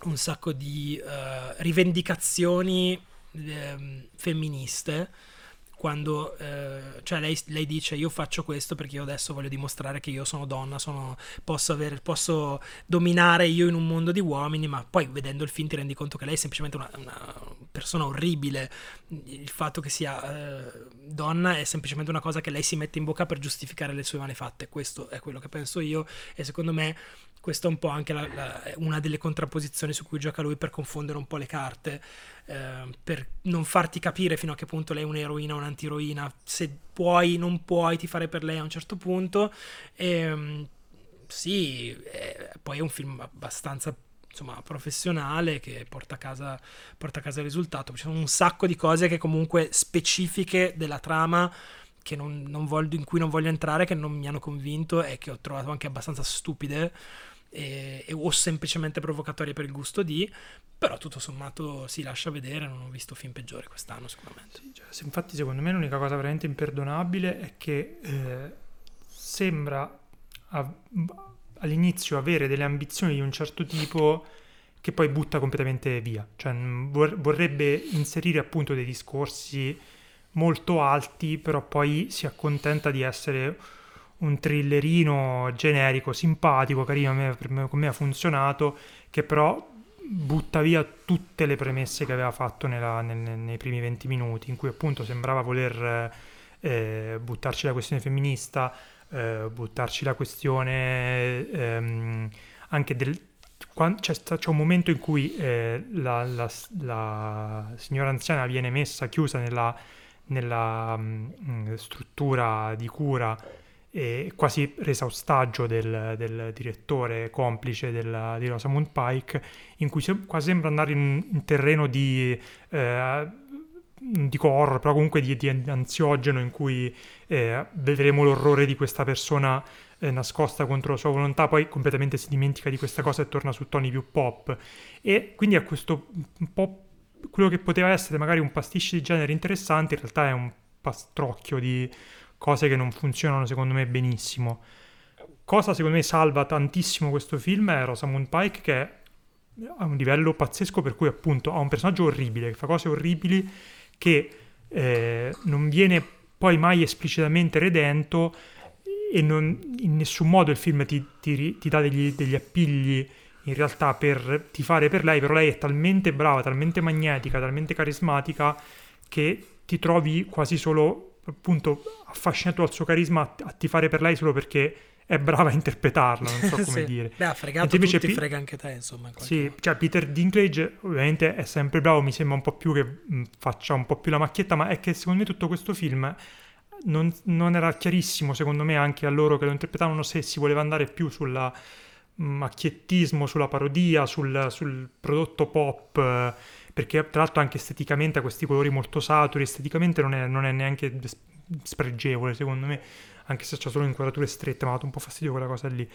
rivendicazioni femministe, quando cioè lei dice io faccio questo perché io adesso voglio dimostrare che io sono donna, posso dominare io in un mondo di uomini, ma poi vedendo il film ti rendi conto che lei è semplicemente una persona orribile. Il fatto che sia donna è semplicemente una cosa che lei si mette in bocca per giustificare le sue malefatte. Questo è quello che penso io, e secondo me questa è un po' anche una delle contrapposizioni su cui gioca lui per confondere un po' le carte, per non farti capire fino a che punto lei è un'eroina o un'antiroina, se puoi, non puoi tifare per lei a un certo punto. Sì, poi è un film abbastanza, insomma, professionale, che porta a casa il risultato. Ci sono un sacco di cose che comunque specifiche della trama che in cui non voglio entrare, che non mi hanno convinto e che ho trovato anche abbastanza stupide o semplicemente provocatorie per il gusto di, però tutto sommato si lascia vedere. Non ho visto film peggiori quest'anno sicuramente. Sì, cioè, infatti secondo me l'unica cosa veramente imperdonabile è che sembra all'inizio avere delle ambizioni di un certo tipo che poi butta completamente via, cioè vorrebbe inserire appunto dei discorsi molto alti, però poi si accontenta di essere un thrillerino generico, simpatico, carino, con me ha funzionato, che però butta via tutte le premesse che aveva fatto nei primi 20 minuti, in cui appunto sembrava voler buttarci la questione femminista, buttarci la questione anche c'è un momento in cui la signora anziana viene messa chiusa nella struttura di cura, quasi resa ostaggio del direttore complice di Rosamund Pike, in cui quasi sembra andare in terreno di horror, però comunque di ansiogeno, in cui vedremo l'orrore di questa persona nascosta contro la sua volontà, poi completamente si dimentica di questa cosa e torna su toni più pop, e quindi è questo un po' quello che poteva essere magari un pasticcio di genere interessante, in realtà è un pastrocchio di cose che non funzionano secondo me benissimo. Cosa secondo me salva tantissimo questo film è Rosamund Pike, che ha un livello pazzesco, per cui appunto ha un personaggio orribile, che fa cose orribili, che non viene poi mai esplicitamente redento, e in nessun modo il film ti dà degli appigli in realtà per tifare per lei, però lei è talmente brava, talmente magnetica, talmente carismatica, che ti trovi quasi solo appunto affascinato dal suo carisma a tifare per lei solo perché è brava a interpretarla, non so come sì. dire. Beh, ha fregato tutti, frega anche te, insomma. Sì, cioè Peter Dinklage ovviamente è sempre bravo, mi sembra un po' più che faccia un po' più la macchietta, ma è che secondo me tutto questo film non era chiarissimo, secondo me, anche a loro che lo interpretavano, se si voleva andare più sulla macchiettismo, sulla parodia, sul prodotto pop, perché tra l'altro anche esteticamente ha questi colori molto saturi, esteticamente non è neanche spregevole secondo me, anche se c'ha solo inquadrature strette, mi ha dato un po' fastidio quella cosa lì,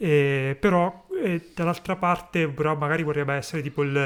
però dall'altra parte però magari vorrebbe essere tipo il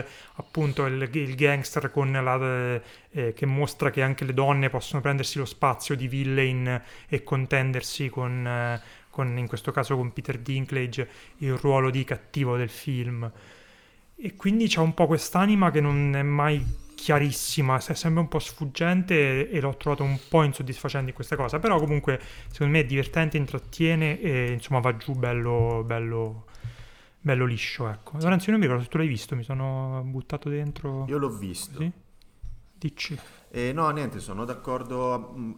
gangster con che mostra che anche le donne possono prendersi lo spazio di villain e contendersi con in questo caso con Peter Dinklage il ruolo di cattivo del film, e quindi c'ha un po' quest'anima che non è mai chiarissima, sembra un po' sfuggente, e l'ho trovato un po' insoddisfacente in questa cosa, però comunque secondo me è divertente, intrattiene e insomma va giù bello liscio, ecco. Lorenzo, io non mi ricordo se tu l'hai visto, mi sono buttato dentro. Io l'ho visto. Sì? Dici? No, niente, sono d'accordo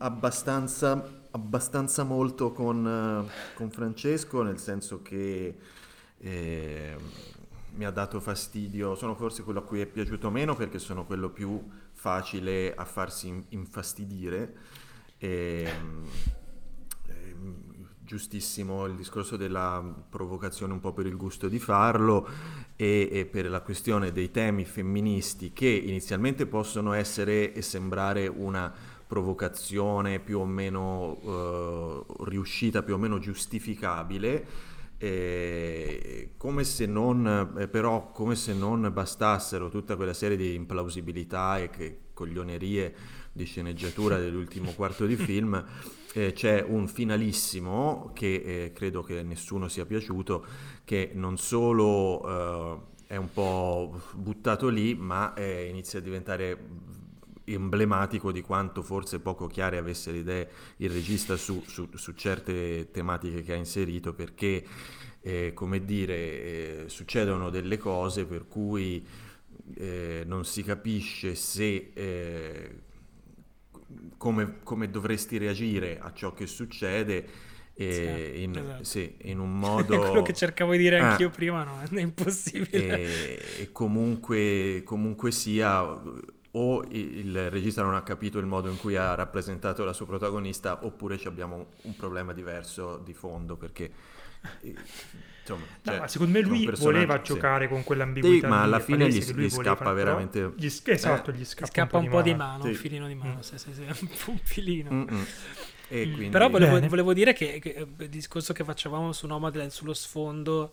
abbastanza molto con Francesco, nel senso che mi ha dato fastidio, sono forse quello a cui è piaciuto meno, perché sono quello più facile a farsi infastidire. Giustissimo il discorso della provocazione un po' per il gusto di farlo, e per la questione dei temi femministi, che inizialmente possono essere e sembrare una provocazione più o meno riuscita, più o meno giustificabile, come se non bastassero tutta quella serie di implausibilità e coglionerie di sceneggiatura dell'ultimo quarto di film. C'è un finalissimo che credo che nessuno sia piaciuto, che non solo è un po' buttato lì, ma inizia a diventare emblematico di quanto forse poco chiare avesse le idee il regista su certe tematiche che ha inserito, perché come dire, succedono delle cose per cui non si capisce se come dovresti reagire a ciò che succede. Esatto. In un modo quello che cercavo di dire anch'io prima, no, è impossibile. E comunque sia, o il regista non ha capito il modo in cui ha rappresentato la sua protagonista, oppure abbiamo un problema diverso di fondo, perché insomma, ma secondo me lui voleva giocare con quell'ambiguità, ma alla fine gli voleva, scappa veramente, gli scappa un po' di mano, sì. un filino di mano, un filino. E quindi... Però volevo dire che il discorso che facevamo su Nomadland sullo sfondo,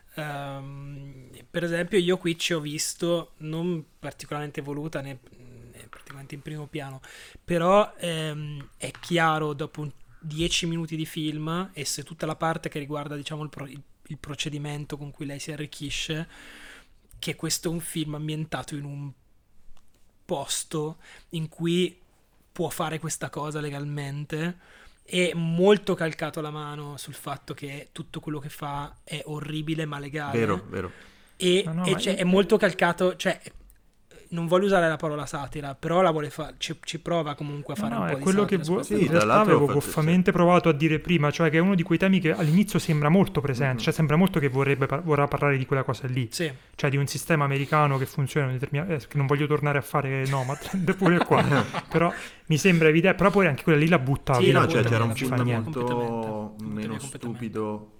per esempio io qui ci ho visto, non particolarmente voluta né praticamente in primo piano, però è chiaro dopo 10 minuti di film, e se tutta la parte che riguarda, diciamo, il procedimento con cui lei si arricchisce, che questo è un film ambientato in un posto in cui può fare questa cosa legalmente, e molto calcato alla mano sul fatto che tutto quello che fa è orribile ma legale. Vero. E è molto calcato, cioè non voglio usare la parola satira, però la vuole ci prova comunque a fare un po' di quello satira. Che in realtà avevo goffamente provato a dire prima, cioè che è uno di quei temi che all'inizio sembra molto presente, cioè sembra molto che vorrà parlare di quella cosa lì, cioè di un sistema americano che funziona in che non voglio tornare a fare Nomadland pure qua, però mi sembra evidente, però poi anche quella lì la butta via, cioè c'era un punto molto meno stupido.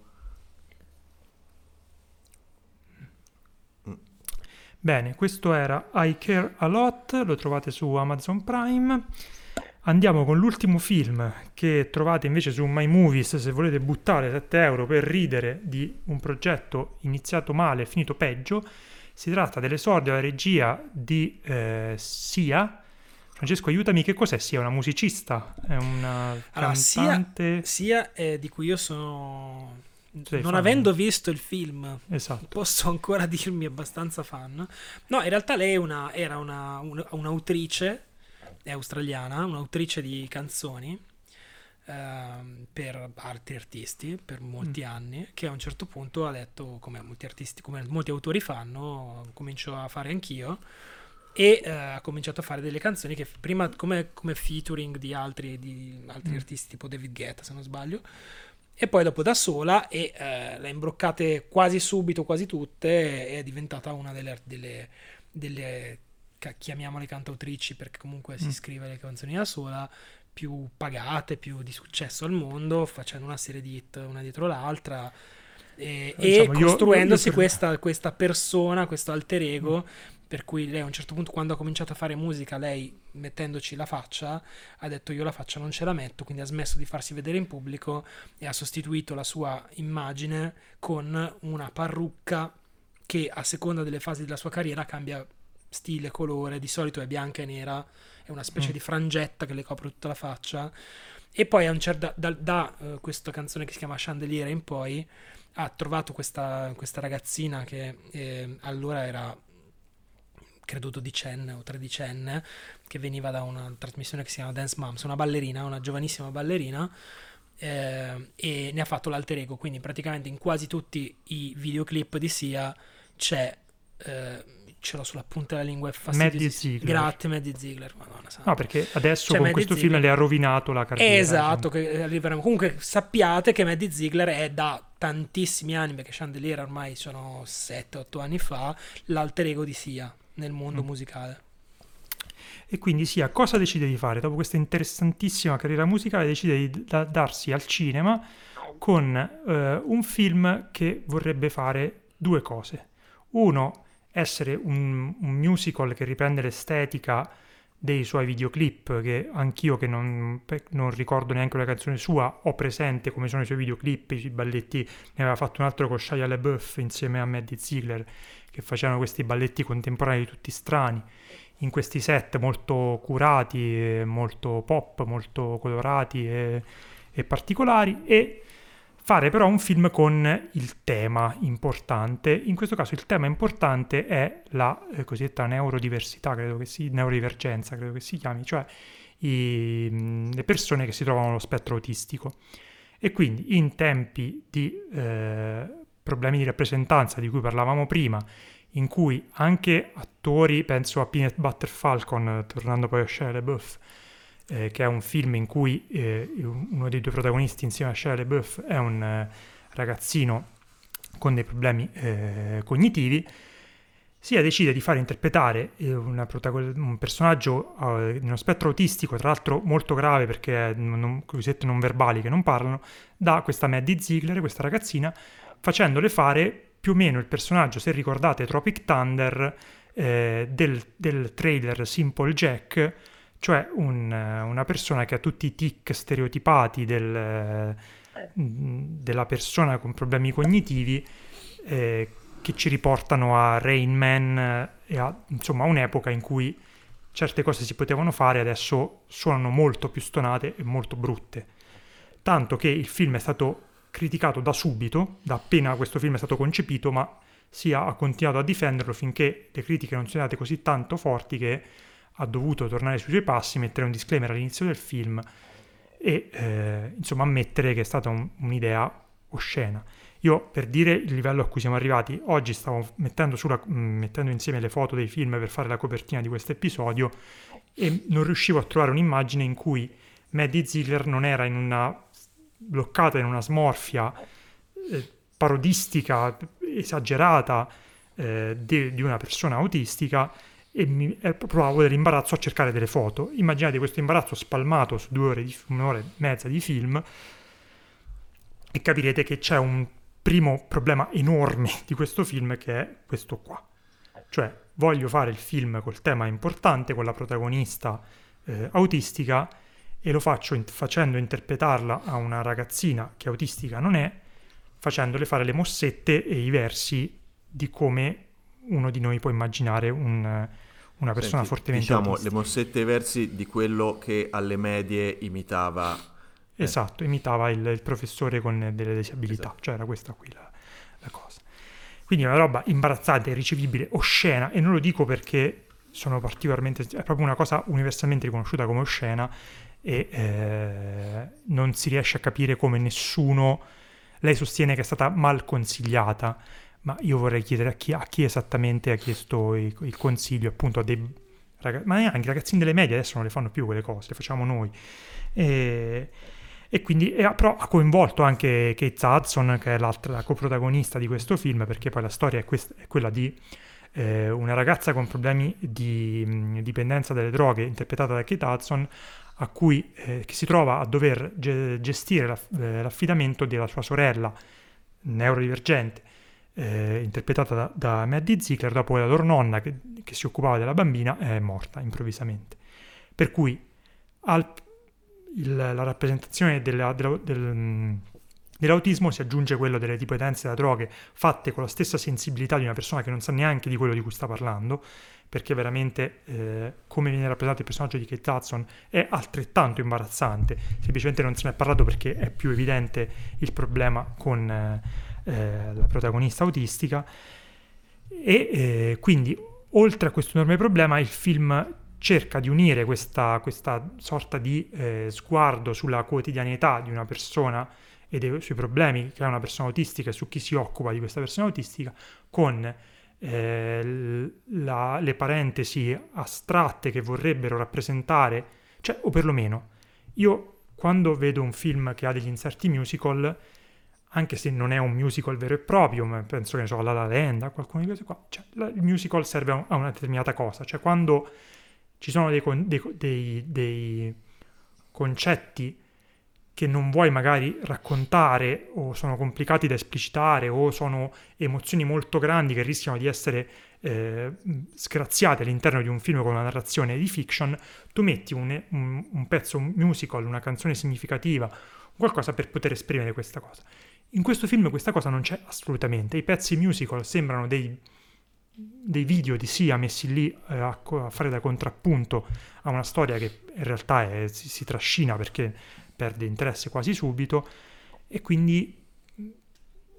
Bene, questo era I Care A Lot, lo trovate su Amazon Prime. Andiamo con l'ultimo film che trovate invece su My Movies, se volete buttare 7 euro per ridere di un progetto iniziato male e finito peggio. Si tratta dell'esordio alla regia di Sia. Francesco, aiutami, che cos'è Sia? Una musicista? È una cantante? Sia è di cui io sono... non avendo visto il film, esatto, posso ancora dirmi abbastanza fan. No, in realtà lei era un'autrice, è australiana, un'autrice di canzoni per altri artisti per molti anni, che a un certo punto ha detto, come molti artisti, come molti autori fanno, comincio a fare anch'io, e ha cominciato a fare delle canzoni che prima come featuring di altri artisti tipo David Guetta, se non sbaglio, e poi dopo da sola, e le ha imbroccate quasi subito, quasi tutte, e è diventata una delle chiamiamole cantautrici, perché comunque si scrive le canzoni da sola, più pagate, più di successo al mondo, facendo una serie di hit una dietro l'altra, e diciamo, costruendosi questa persona, questo alter ego, per cui lei a un certo punto, quando ha cominciato a fare musica, lei mettendoci la faccia ha detto io la faccia non ce la metto, quindi ha smesso di farsi vedere in pubblico e ha sostituito la sua immagine con una parrucca che a seconda delle fasi della sua carriera cambia stile, colore, di solito è bianca e nera, è una specie di frangetta che le copre tutta la faccia, e poi a un certo da questa canzone che si chiama Chandelier in poi ha trovato questa ragazzina che allora era credo 12enne o 13enne, che veniva da una trasmissione che si chiama Dance Moms, una ballerina, una giovanissima ballerina, e ne ha fatto l'alter ego, quindi praticamente in quasi tutti i videoclip di Sia c'è, ce l'ho sulla punta della lingua, è Maddie Ziegler. Grazie Maddie Ziegler, Madonna santa. No, perché adesso con questo film le ha rovinato la carriera. Esatto, che arriveremo. Comunque sappiate che Maddie Ziegler è da tantissimi anni, perché Chandelier ormai sono 7-8 anni fa, l'alter ego di Sia nel mondo musicale. E quindi Sia cosa decide di fare? Dopo questa interessantissima carriera musicale decide di darsi al cinema con un film che vorrebbe fare due cose. Uno, essere un musical che riprende l'estetica dei suoi videoclip, che anch'io, che non ricordo neanche una canzone sua, ho presente come sono i suoi videoclip, i balletti. Ne aveva fatto un altro con Shia LaBeouf insieme a Maddie Ziegler, che facevano questi balletti contemporanei tutti strani, in questi set molto curati, molto pop, molto colorati e particolari, e fare però un film con il tema importante. In questo caso il tema importante è la cosiddetta neurodiversità, neurodivergenza, credo che si chiami, cioè le persone che si trovano allo spettro autistico. E quindi in tempi di problemi di rappresentanza di cui parlavamo prima, in cui anche attori, penso a Peanut Butter Falcon, tornando poi a Shia LaBeouf, che è un film in cui uno dei due protagonisti insieme a Shia LaBeouf è un ragazzino con dei problemi cognitivi, si decide di far interpretare un personaggio in uno spettro autistico, tra l'altro molto grave perché è cosiddette non verbali che non parlano, da questa Maddie Ziegler, questa ragazzina, facendole fare più o meno il personaggio, se ricordate Tropic Thunder, del trailer Simple Jack, cioè una persona che ha tutti i tic stereotipati della persona con problemi cognitivi, che ci riportano a Rain Man e insomma a un'epoca in cui certe cose si potevano fare, adesso suonano molto più stonate e molto brutte. Tanto che il film è stato criticato da subito, da appena questo film è stato concepito, ma ha continuato a difenderlo finché le critiche non sono state così tanto forti che ha dovuto tornare sui suoi passi, mettere un disclaimer all'inizio del film e insomma ammettere che è stata un'idea oscena. Io, per dire il livello a cui siamo arrivati, oggi stavo mettendo insieme le foto dei film per fare la copertina di questo episodio e non riuscivo a trovare un'immagine in cui Maddie Ziegler non era bloccata in una smorfia parodistica, esagerata di una persona autistica, e provavo dell'imbarazzo a cercare delle foto. Immaginate questo imbarazzo spalmato su 1 ora e mezza di film e capirete che c'è un primo problema enorme di questo film, che è questo qua. Cioè, voglio fare il film col tema importante, con la protagonista autistica, e lo faccio facendo interpretarla a una ragazzina che autistica non è, facendole fare le mossette e i versi di come uno di noi può immaginare una persona fortemente autistica. Le mossette e i versi di quello che alle medie imitava. Esatto, imitava il professore con delle disabilità, esatto. Cioè era questa qui la cosa. Quindi una roba imbarazzante, irricevibile, oscena, e non lo dico perché sono particolarmente... è proprio una cosa universalmente riconosciuta come oscena, e non si riesce a capire come nessuno... Lei sostiene che è stata mal consigliata, ma io vorrei chiedere a chi esattamente ha chiesto il consiglio, appunto a dei ragazzi, ma neanche i ragazzini delle medie adesso non le fanno più quelle cose, le facciamo noi. E quindi però ha coinvolto anche Kate Hudson, che è la coprotagonista di questo film, perché poi la storia è quella di una ragazza con problemi di dipendenza dalle droghe, interpretata da Kate Hudson, a cui che si trova a dover gestire l'affidamento della sua sorella neurodivergente, interpretata da Maddie Ziegler, dopo che la loro nonna che si occupava della bambina è morta improvvisamente. Per cui la rappresentazione dell'autismo si aggiunge quello delle dipendenze da droghe, fatte con la stessa sensibilità di una persona che non sa neanche di quello di cui sta parlando, perché veramente come viene rappresentato il personaggio di Kate Hudson è altrettanto imbarazzante, semplicemente non se ne è parlato perché è più evidente il problema con la protagonista autistica, e quindi oltre a questo enorme problema il film cerca di unire questa sorta di sguardo sulla quotidianità di una persona e sui problemi che ha una persona autistica e su chi si occupa di questa persona autistica, con le parentesi astratte che vorrebbero rappresentare, cioè, o perlomeno io quando vedo un film che ha degli inserti musical, anche se non è un musical vero e proprio, ma penso che ne so, La La Land, qualcuno di queste qua, cioè, il musical serve a una determinata cosa, cioè quando ci sono dei concetti che non vuoi magari raccontare, o sono complicati da esplicitare, o sono emozioni molto grandi che rischiano di essere sgraziate all'interno di un film con una narrazione di fiction, tu metti un pezzo musical, una canzone significativa, qualcosa per poter esprimere questa cosa. In questo film questa cosa non c'è assolutamente. I pezzi musical sembrano dei video di Sia messi lì a fare da contrappunto a una storia che in realtà si trascina perché perde interesse quasi subito, e quindi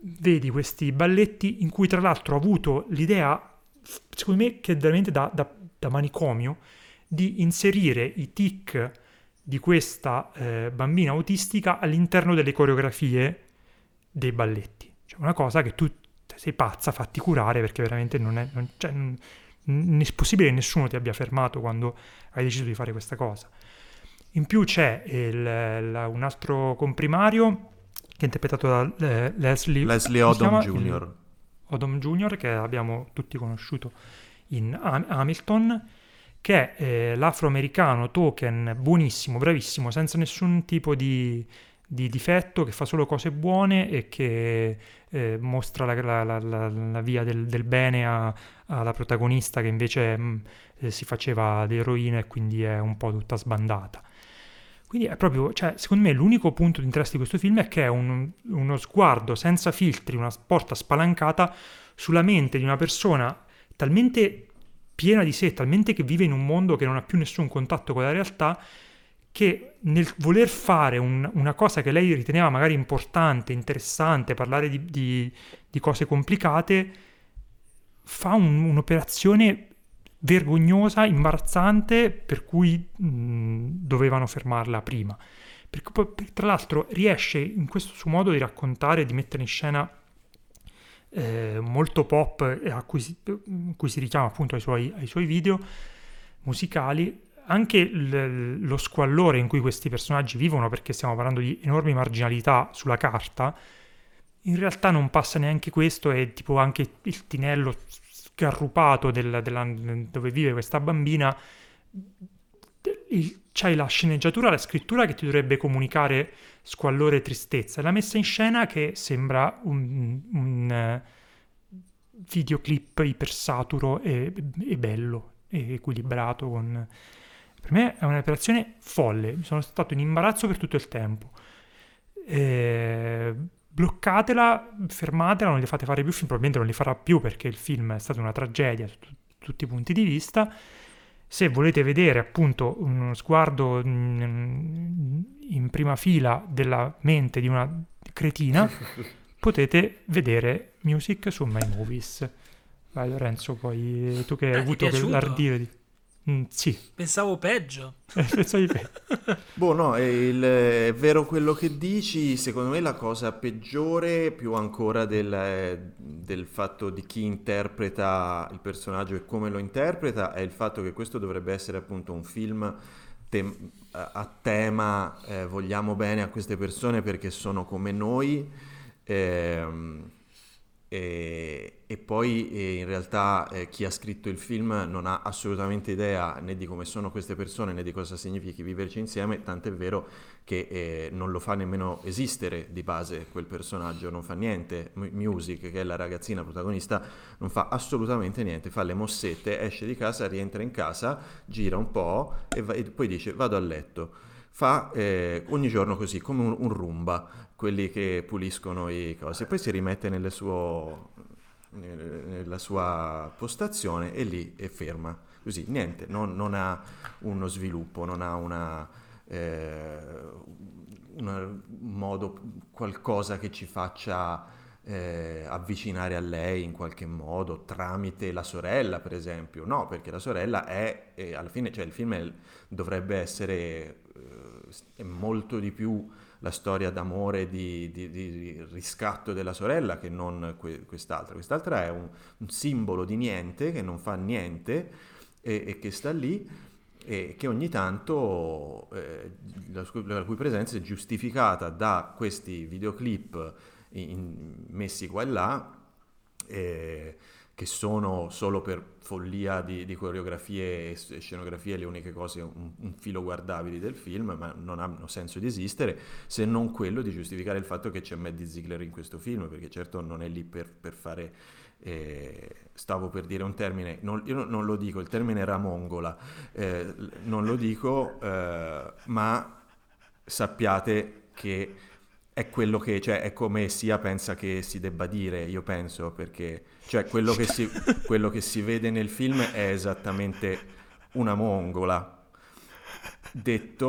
vedi questi balletti in cui tra l'altro ho avuto l'idea, secondo me, che è veramente da manicomio, di inserire i tic di questa bambina autistica all'interno delle coreografie dei balletti. Cioè una cosa che tu sei pazza, fatti curare, perché veramente non è possibile che nessuno ti abbia fermato quando hai deciso di fare questa cosa. In più c'è un altro comprimario che è interpretato da Leslie Odom Jr. Odom Jr., che abbiamo tutti conosciuto in Hamilton, che è l'afroamericano token buonissimo, bravissimo, senza nessun tipo di difetto, che fa solo cose buone e che mostra la via del bene alla protagonista, che invece si faceva l'eroina e quindi è un po' tutta sbandata. Quindi è proprio, cioè, secondo me l'unico punto di interesse di questo film è che è uno sguardo senza filtri, una porta spalancata sulla mente di una persona talmente piena di sé, talmente che vive in un mondo che non ha più nessun contatto con la realtà, che nel voler fare una cosa che lei riteneva magari importante, interessante, parlare di cose complicate, fa un'operazione vergognosa, imbarazzante, per cui dovevano fermarla prima. Perché poi, tra l'altro, riesce in questo suo modo di raccontare, di mettere in scena molto pop, a cui si richiama appunto ai suoi video musicali, anche lo squallore in cui questi personaggi vivono, perché stiamo parlando di enormi marginalità sulla carta. In realtà non passa neanche questo, è tipo anche il tinello sgarrupato dove vive questa bambina. C'hai la sceneggiatura, la scrittura che ti dovrebbe comunicare squallore e tristezza, e la messa in scena che sembra un videoclip ipersaturo e bello e equilibrato. Per me è un'operazione folle, sono stato in imbarazzo per tutto il tempo. Bloccatela, fermatela, non li fate fare più film, probabilmente non li farà più perché il film è stata una tragedia su tutti i punti di vista. Se volete vedere appunto uno sguardo in prima fila della mente di una cretina, potete vedere Music su My Movies. Vai Lorenzo, poi tu che hai avuto l'ardire di... sì. Pensavo peggio. Pensavi peggio. Boh, no, è vero quello che dici. Secondo me la cosa peggiore, più ancora del fatto di chi interpreta il personaggio e come lo interpreta, è il fatto che questo dovrebbe essere appunto un film a tema vogliamo bene a queste persone perché sono come noi, e poi in realtà chi ha scritto il film non ha assolutamente idea né di come sono queste persone né di cosa significhi viverci insieme, tant'è vero che non lo fa nemmeno esistere di base quel personaggio, non fa niente. Music, che è la ragazzina protagonista, non fa assolutamente niente, fa le mossette, esce di casa, rientra in casa, gira un po' e poi dice vado a letto. Fa ogni giorno così, come un Roomba, quelli che puliscono i cose, poi si rimette nella sua postazione e lì è ferma, così, niente, non ha uno sviluppo, non ha un modo, qualcosa che ci faccia avvicinare a lei in qualche modo, tramite la sorella per esempio. No, perché la sorella è alla fine, cioè il film dovrebbe essere è molto di più la storia d'amore, di riscatto della sorella che non quest'altra. Quest'altra è un simbolo di niente, che non fa niente e che sta lì e che ogni tanto la cui presenza è giustificata da questi videoclip messi qua e là, che sono solo per follia di coreografie e scenografie le uniche cose un filo guardabili del film, ma non hanno senso di esistere, se non quello di giustificare il fatto che c'è Maddie Ziegler in questo film, perché certo non è lì per fare stavo per dire un termine, io non lo dico, il termine ramongola, non lo dico, ma sappiate che è quello che, cioè, è come Sia pensa che si debba dire, io penso, perché cioè quello che si vede nel film è esattamente una mongola, detto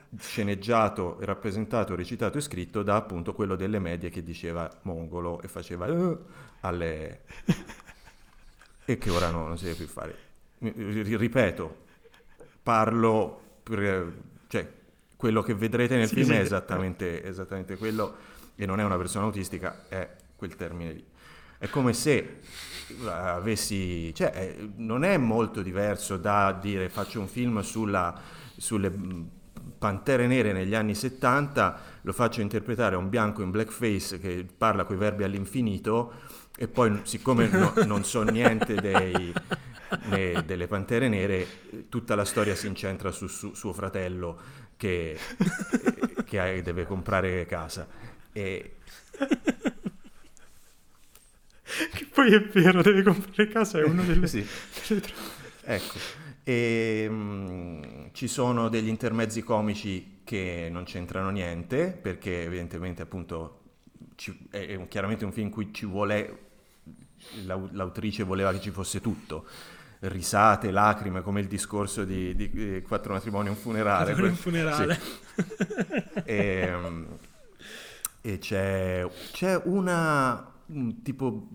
sceneggiato, rappresentato, recitato e scritto da appunto quello delle medie che diceva mongolo e faceva alle... e che ora non si deve più fare. Ripeto, parlo cioè quello che vedrete nel film è esattamente quello, e non è una persona autistica, è quel termine lì. È come se avessi, cioè non è molto diverso da dire faccio un film sulle Pantere Nere negli anni 70, lo faccio interpretare a un bianco in blackface che parla coi verbi all'infinito, e poi siccome non so niente delle Pantere Nere, tutta la storia si incentra su suo fratello che deve comprare casa. E... che poi è vero, deve comprare casa, è uno delle... sì. Ecco. E, ci sono degli intermezzi comici che non c'entrano niente, perché evidentemente appunto è chiaramente un film in cui ci vuole, l'autrice voleva che ci fosse tutto, risate, lacrime, come il discorso di Quattro matrimoni e un funerale. Un funerale. Sì. E c'è una tipo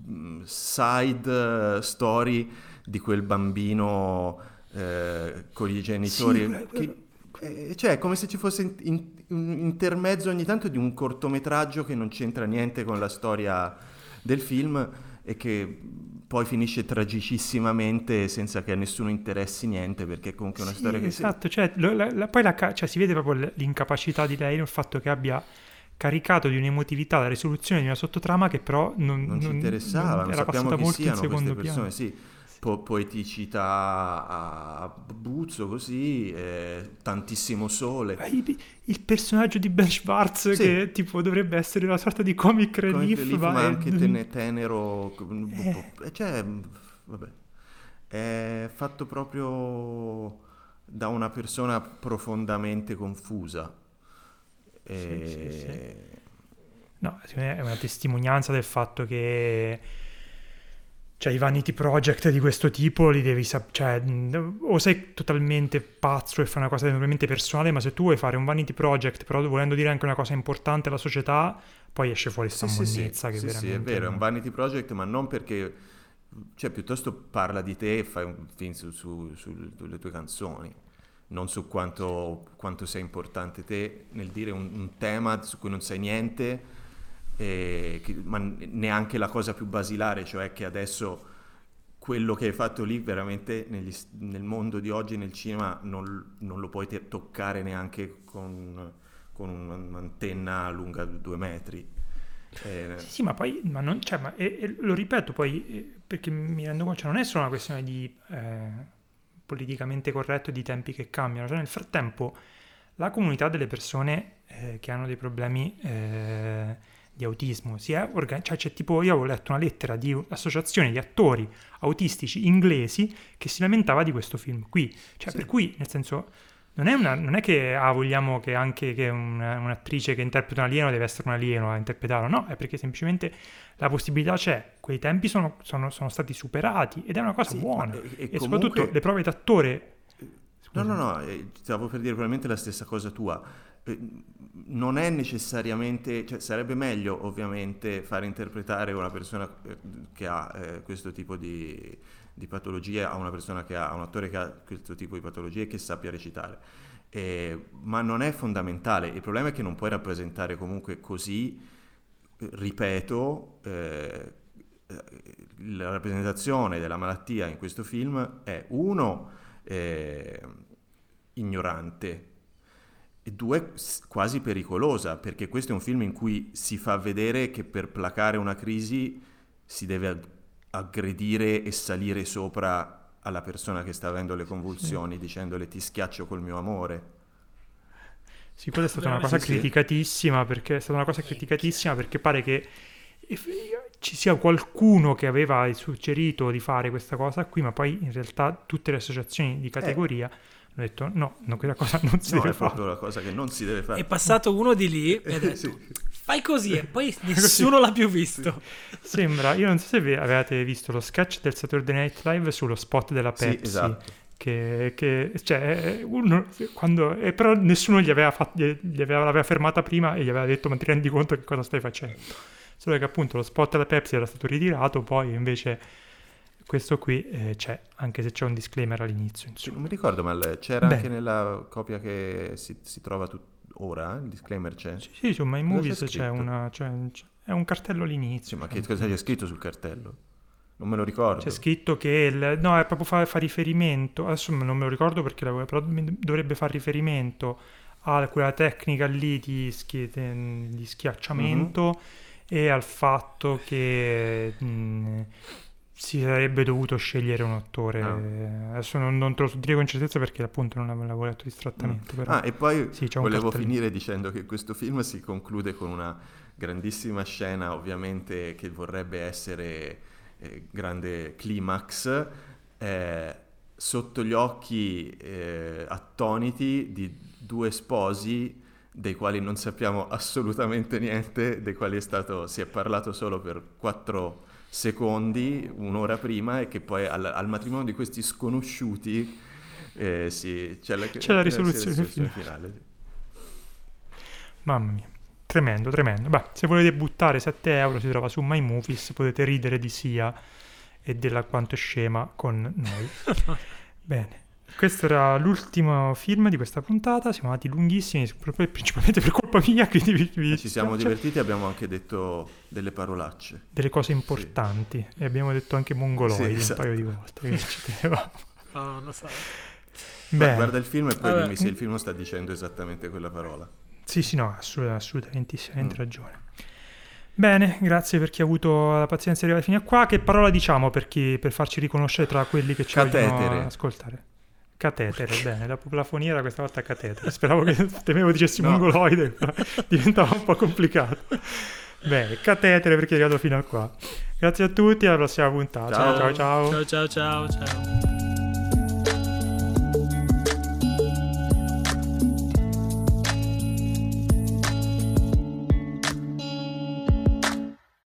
side story di quel bambino con i genitori, sì, cioè come se ci fosse un intermezzo ogni tanto di un cortometraggio che non c'entra niente con la storia del film e che poi finisce tragicissimamente senza che a nessuno interessi niente, perché è comunque una storia che... Esatto, cioè, poi cioè, si vede proprio l'incapacità di lei, il fatto che abbia caricato di un'emotività la risoluzione di una sottotrama che però non ci interessava, non era sappiamo passata chi molto in siano secondo queste persone, piano. sì. Poeticità a buzzo così, tantissimo sole. Il personaggio di Ben Schwartz, sì, che tipo dovrebbe essere una sorta di comic relief, ma anche tenero, cioè vabbè, è fatto proprio da una persona profondamente confusa. Sì. No, è una testimonianza del fatto che, cioè, i vanity project di questo tipo li devi cioè, o sei totalmente pazzo e fai una cosa totalmente personale, ma se tu vuoi fare un vanity project però volendo dire anche una cosa importante alla società, poi esce fuori sta monnezza che veramente... Sì, è vero, è un vanity project, ma non perché... cioè, piuttosto parla di te e fai un film sulle tue canzoni, non su quanto sei importante te nel dire un tema su cui non sai niente, ma neanche la cosa più basilare, cioè che adesso quello che hai fatto lì veramente nel mondo di oggi nel cinema non lo puoi toccare neanche con un'antenna lunga 2 metri. Sì, ma poi lo ripeto poi perché mi rendo conto, cioè, non è solo una questione di politicamente corretto e di tempi che cambiano, cioè nel frattempo la comunità delle persone che hanno dei problemi di autismo cioè c'è tipo, io avevo letto una lettera di un'associazione di attori autistici inglesi che si lamentava di questo film qui, cioè sì. Per cui nel senso non è che vogliamo che anche che un'attrice che interpreta un alieno deve essere un alieno a interpretarlo, no, è perché semplicemente la possibilità c'è, quei tempi sono stati superati ed è una cosa buona e comunque... soprattutto le prove d'attore. No, stavo per dire probabilmente la stessa cosa tua. Non è necessariamente, cioè sarebbe meglio ovviamente fare interpretare una persona che ha questo tipo di patologie a una persona che ha un attore che ha questo tipo di patologie e che sappia recitare, ma non è fondamentale. Il problema è che non puoi rappresentare comunque così, ripeto, la rappresentazione della malattia in questo film è ignorante e 2 quasi pericolosa, perché questo è un film in cui si fa vedere che per placare una crisi si deve aggredire e salire sopra alla persona che sta avendo le convulsioni, sì, dicendole ti schiaccio col mio amore. Sì, quella è stata una cosa criticatissima, perché è stata una cosa criticatissima perché pare che ci sia qualcuno che aveva suggerito di fare questa cosa qui, ma poi in realtà tutte le associazioni di categoria hanno detto no, quella cosa non si deve fare. È proprio la cosa che non si deve fare. È passato uno di lì e ha detto sì, fai così e poi nessuno l'ha più visto. Sembra, io non so se avete visto lo sketch del Saturday Night Live sullo spot della Pepsi, sì, esatto, Cioè, però nessuno l'aveva fermata prima e gli aveva detto: ma ti rendi conto che cosa stai facendo? Solo che appunto lo spot della Pepsi era stato ritirato, poi invece questo qui c'è, anche se c'è un disclaimer all'inizio, insomma. Non mi ricordo, ma c'era anche nella copia che si trova ora? Il disclaimer c'è? Sì, su My Movies c'è è un cartello all'inizzo. Sì, ma che cosa c'è scritto sul cartello? Non me lo ricordo. C'è scritto che no, è proprio fa riferimento, adesso non me lo ricordo perché però dovrebbe far riferimento a quella tecnica lì di schiacciamento e al fatto che si sarebbe dovuto scegliere un attore. Adesso non te lo so dire con certezza perché appunto non l'avevo letto distrattamente. Però, e poi sì, volevo finire dicendo che questo film si conclude con una grandissima scena, ovviamente, che vorrebbe essere grande climax, sotto gli occhi attoniti di due sposi dei quali non sappiamo assolutamente niente, dei quali si è parlato solo per 4 secondi, un'ora prima, e che poi al matrimonio di questi sconosciuti c'è la risoluzione finale. Mamma mia, tremendo. Beh, se volete buttare 7 euro si trova su My Movies, potete ridere di Sia e della quanto è scema con noi. Bene, questo era l'ultimo film di questa puntata, siamo andati lunghissimi, principalmente per colpa mia, quindi ci siamo divertiti, abbiamo anche detto delle parolacce. Delle cose importanti, e abbiamo detto anche mongoloidi esatto. Un paio di volte, che ci tenevamo. Non lo so. Guarda il film e poi dimmi se il film sta dicendo esattamente quella parola. Sì, no, assolutamente ragione. Bene, grazie per chi ha avuto la pazienza di arrivare fino a qua. Che parola diciamo per farci riconoscere tra quelli che ci vogliono ascoltare? Catetere, bene, la plafoniera questa volta catetere. Temevo dicessi mongoloide, però diventava un po' complicato. Bene, catetere per chi è arrivato fino a qua. Grazie a tutti, alla prossima puntata. Ciao. Ciao. Ciao.